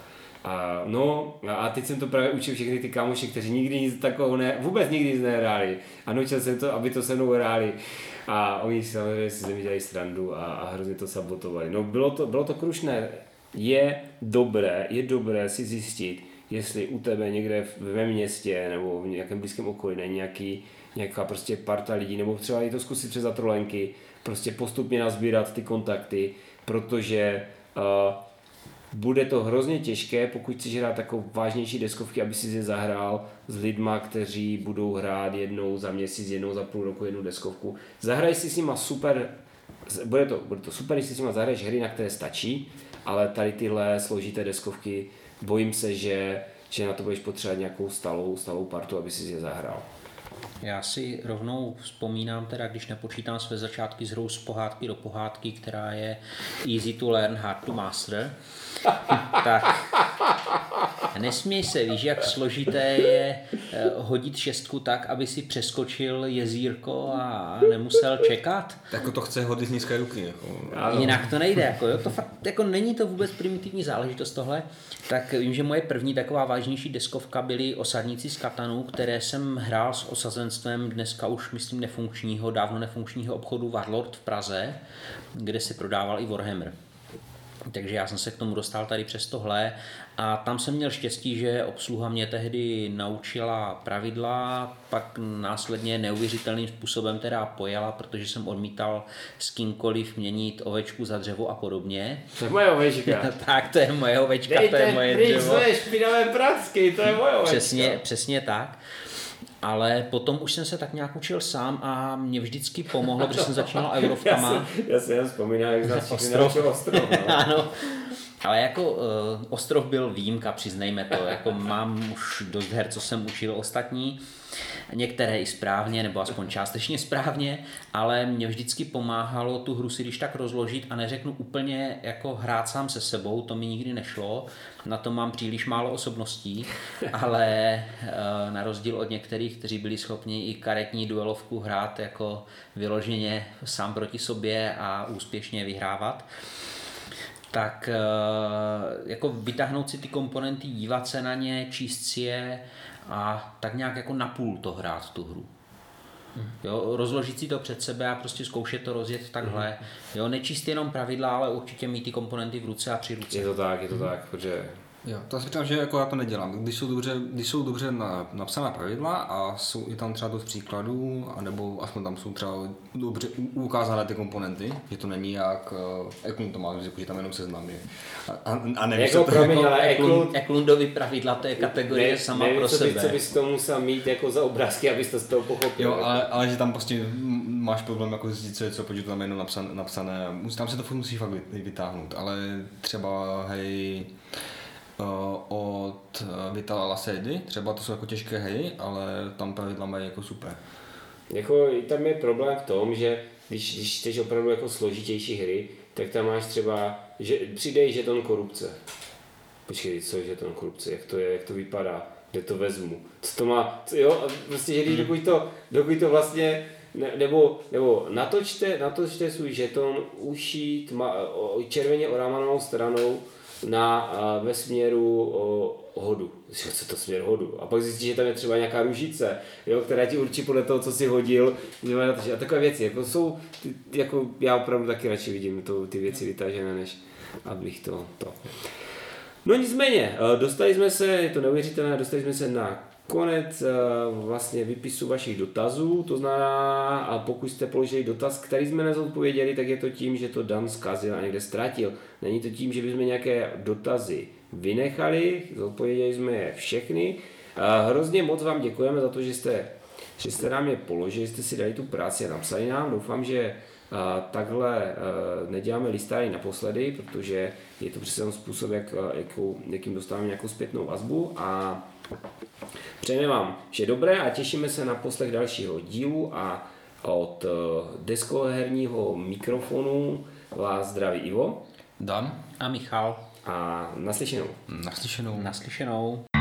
Speaker 1: a teď jsem to právě učil všechny ty kámoši, kteří nikdy nic takového vůbec nikdy nic nehráli a nutil jsem to, aby to se mnou hráli a oni samozřejmě si ze mě dělají srandu a hrozně to sabotovali. No bylo to krušné. Je dobré si zjistit, jestli u tebe někde ve městě nebo v nějakém blízkém okolí není nějaká prostě parta lidí, nebo třeba i to zkusit přes zatrolenky, prostě postupně nazbírat ty kontakty, protože bude to hrozně těžké, pokud chceš hrát takové vážnější deskovky, aby si je zahrál s lidma, kteří budou hrát jednou za měsíc, jednou za půl roku jednu deskovku. Zahraj si s nima super, bude to super, když si s nima zahraješ hry, na které stačí, ale tady tyhle složité deskovky, bojím se, že na to budeš potřebovat nějakou stálou partu, aby si je zahrál.
Speaker 3: Já si rovnou vzpomínám teda, když nepočítám své začátky s hrou z pohádky do pohádky, která je easy to learn, hard to master, tak nesměj se, víš, jak složité je hodit šestku tak, aby si přeskočil jezírko a nemusel čekat.
Speaker 2: Jako to chce hodit z nízké ruky. Jako.
Speaker 3: Jinak to nejde, jako, jo, to fakt, jako není to vůbec primitivní záležitost tohle. Tak vím, že moje první taková vážnější deskovka byly Osadníci z Katanu, které jsem hrál s osazenstvem dneska už myslím dávno nefunkčního obchodu Warlord v Praze, kde se prodával i Warhammer. Takže já jsem se k tomu dostal tady přes tohle a tam jsem měl štěstí, že obsluha mě tehdy naučila pravidla, pak následně neuvěřitelným způsobem teda pojela, protože jsem odmítal s kýmkoliv měnit ovečku za dřevo a podobně.
Speaker 1: To je moje ovečka.
Speaker 3: Tak, to je moje ovečka, to je moje dřevo.
Speaker 1: To je špinavé pracky, to je moje ovečka.
Speaker 3: Přesně tak. Ale potom už jsem se tak nějak učil sám a mě vždycky pomohlo, protože jsem začínal eurovkama.
Speaker 1: Já si jen vzpomínám, jak nás všichni naučil Ostrov. No.
Speaker 3: Ano. Ale jako Ostrov byl výjimka, přiznejme to. Jako mám už dost her, co jsem učil ostatní. Některé i správně, nebo aspoň částečně správně, ale mě vždycky pomáhalo tu hru si když tak rozložit a neřeknu úplně jako hrát sám se sebou, to mi nikdy nešlo, na to mám příliš málo osobností, ale na rozdíl od některých, kteří byli schopni i karetní duelovku hrát jako vyloženě sám proti sobě a úspěšně vyhrávat, tak jako vytáhnout si ty komponenty, dívat se na ně, číst si je a tak nějak jako napůl to hrát tu hru. Jo, rozložit si to před sebe a prostě zkoušet to rozjet takhle. Jo, nečíst jenom pravidla, ale určitě mít ty komponenty v ruce a při ruce.
Speaker 1: Je to tak, protože...
Speaker 2: Jo, to si říkám, že jako já to nedělám. Když jsou dobře napsaná pravidla a je tam třeba dost příkladů, anebo aspoň tam jsou třeba dobře ukázané ty komponenty, že to není jak Eklund to má, že tam jenom seznamy. A nevím,
Speaker 1: jako promiň, ale
Speaker 3: Eklundovy pravidla, to je kategorie sama pro sebe.
Speaker 1: Co bys to musel mít jako za obrázky, abys to z toho pochopil.
Speaker 2: Jo, ale že tam prostě máš problém jako zjistit, co je co, protože to tam je jenom napsané. Tam se to musí fakt vytáhnout, ale třeba hej, od Vitala Lasedy, třeba to jsou jako těžké hry, ale tam pravidla mají jako super.
Speaker 1: Jako tam je problém v tom, že když chceš opravdu jako složitější hry, tak tam máš třeba, že přidej žeton korupce. Počkej, co je žeton korupce, jak to vypadá, kde to vezmu, co to má, jo, prostě, že když dokud to vlastně, nebo natočte svůj žeton ušít červeně orámanou stranou ve směru hodu. Co to směr hodu? A pak zjistíš, že tam je třeba nějaká ružice, jo, která ti určí podle toho, co jsi hodil. A takové věci, jako jsou, jako já opravdu taky radši vidím ty věci vytažené, než abych to. No nicméně, dostali jsme se, je to neuvěřitelné, dostali jsme se na konec vlastně výpisu vašich dotazů, to znamená, a pokud jste položili dotaz, který jsme nezodpověděli, tak je to tím, že to Dan zkazil a někde ztratil. Není to tím, že bychom nějaké dotazy vynechali, zodpověděli jsme je všechny. Hrozně moc vám děkujeme za to, že jste nám je položili, jste si dali tu práci a napsali nám. Doufám, že takhle neděláme listárny naposledy, protože je to přesně způsob, jakým dostáváme nějakou zpětnou vazbu a přejeme vám vše dobré a těšíme se na poslech dalšího dílu a Od deskoherního mikrofonu vás zdraví Ivo.
Speaker 2: Dan
Speaker 3: a Michal.
Speaker 1: A naslyšenou.
Speaker 2: Naslyšenou.
Speaker 3: Naslyšenou.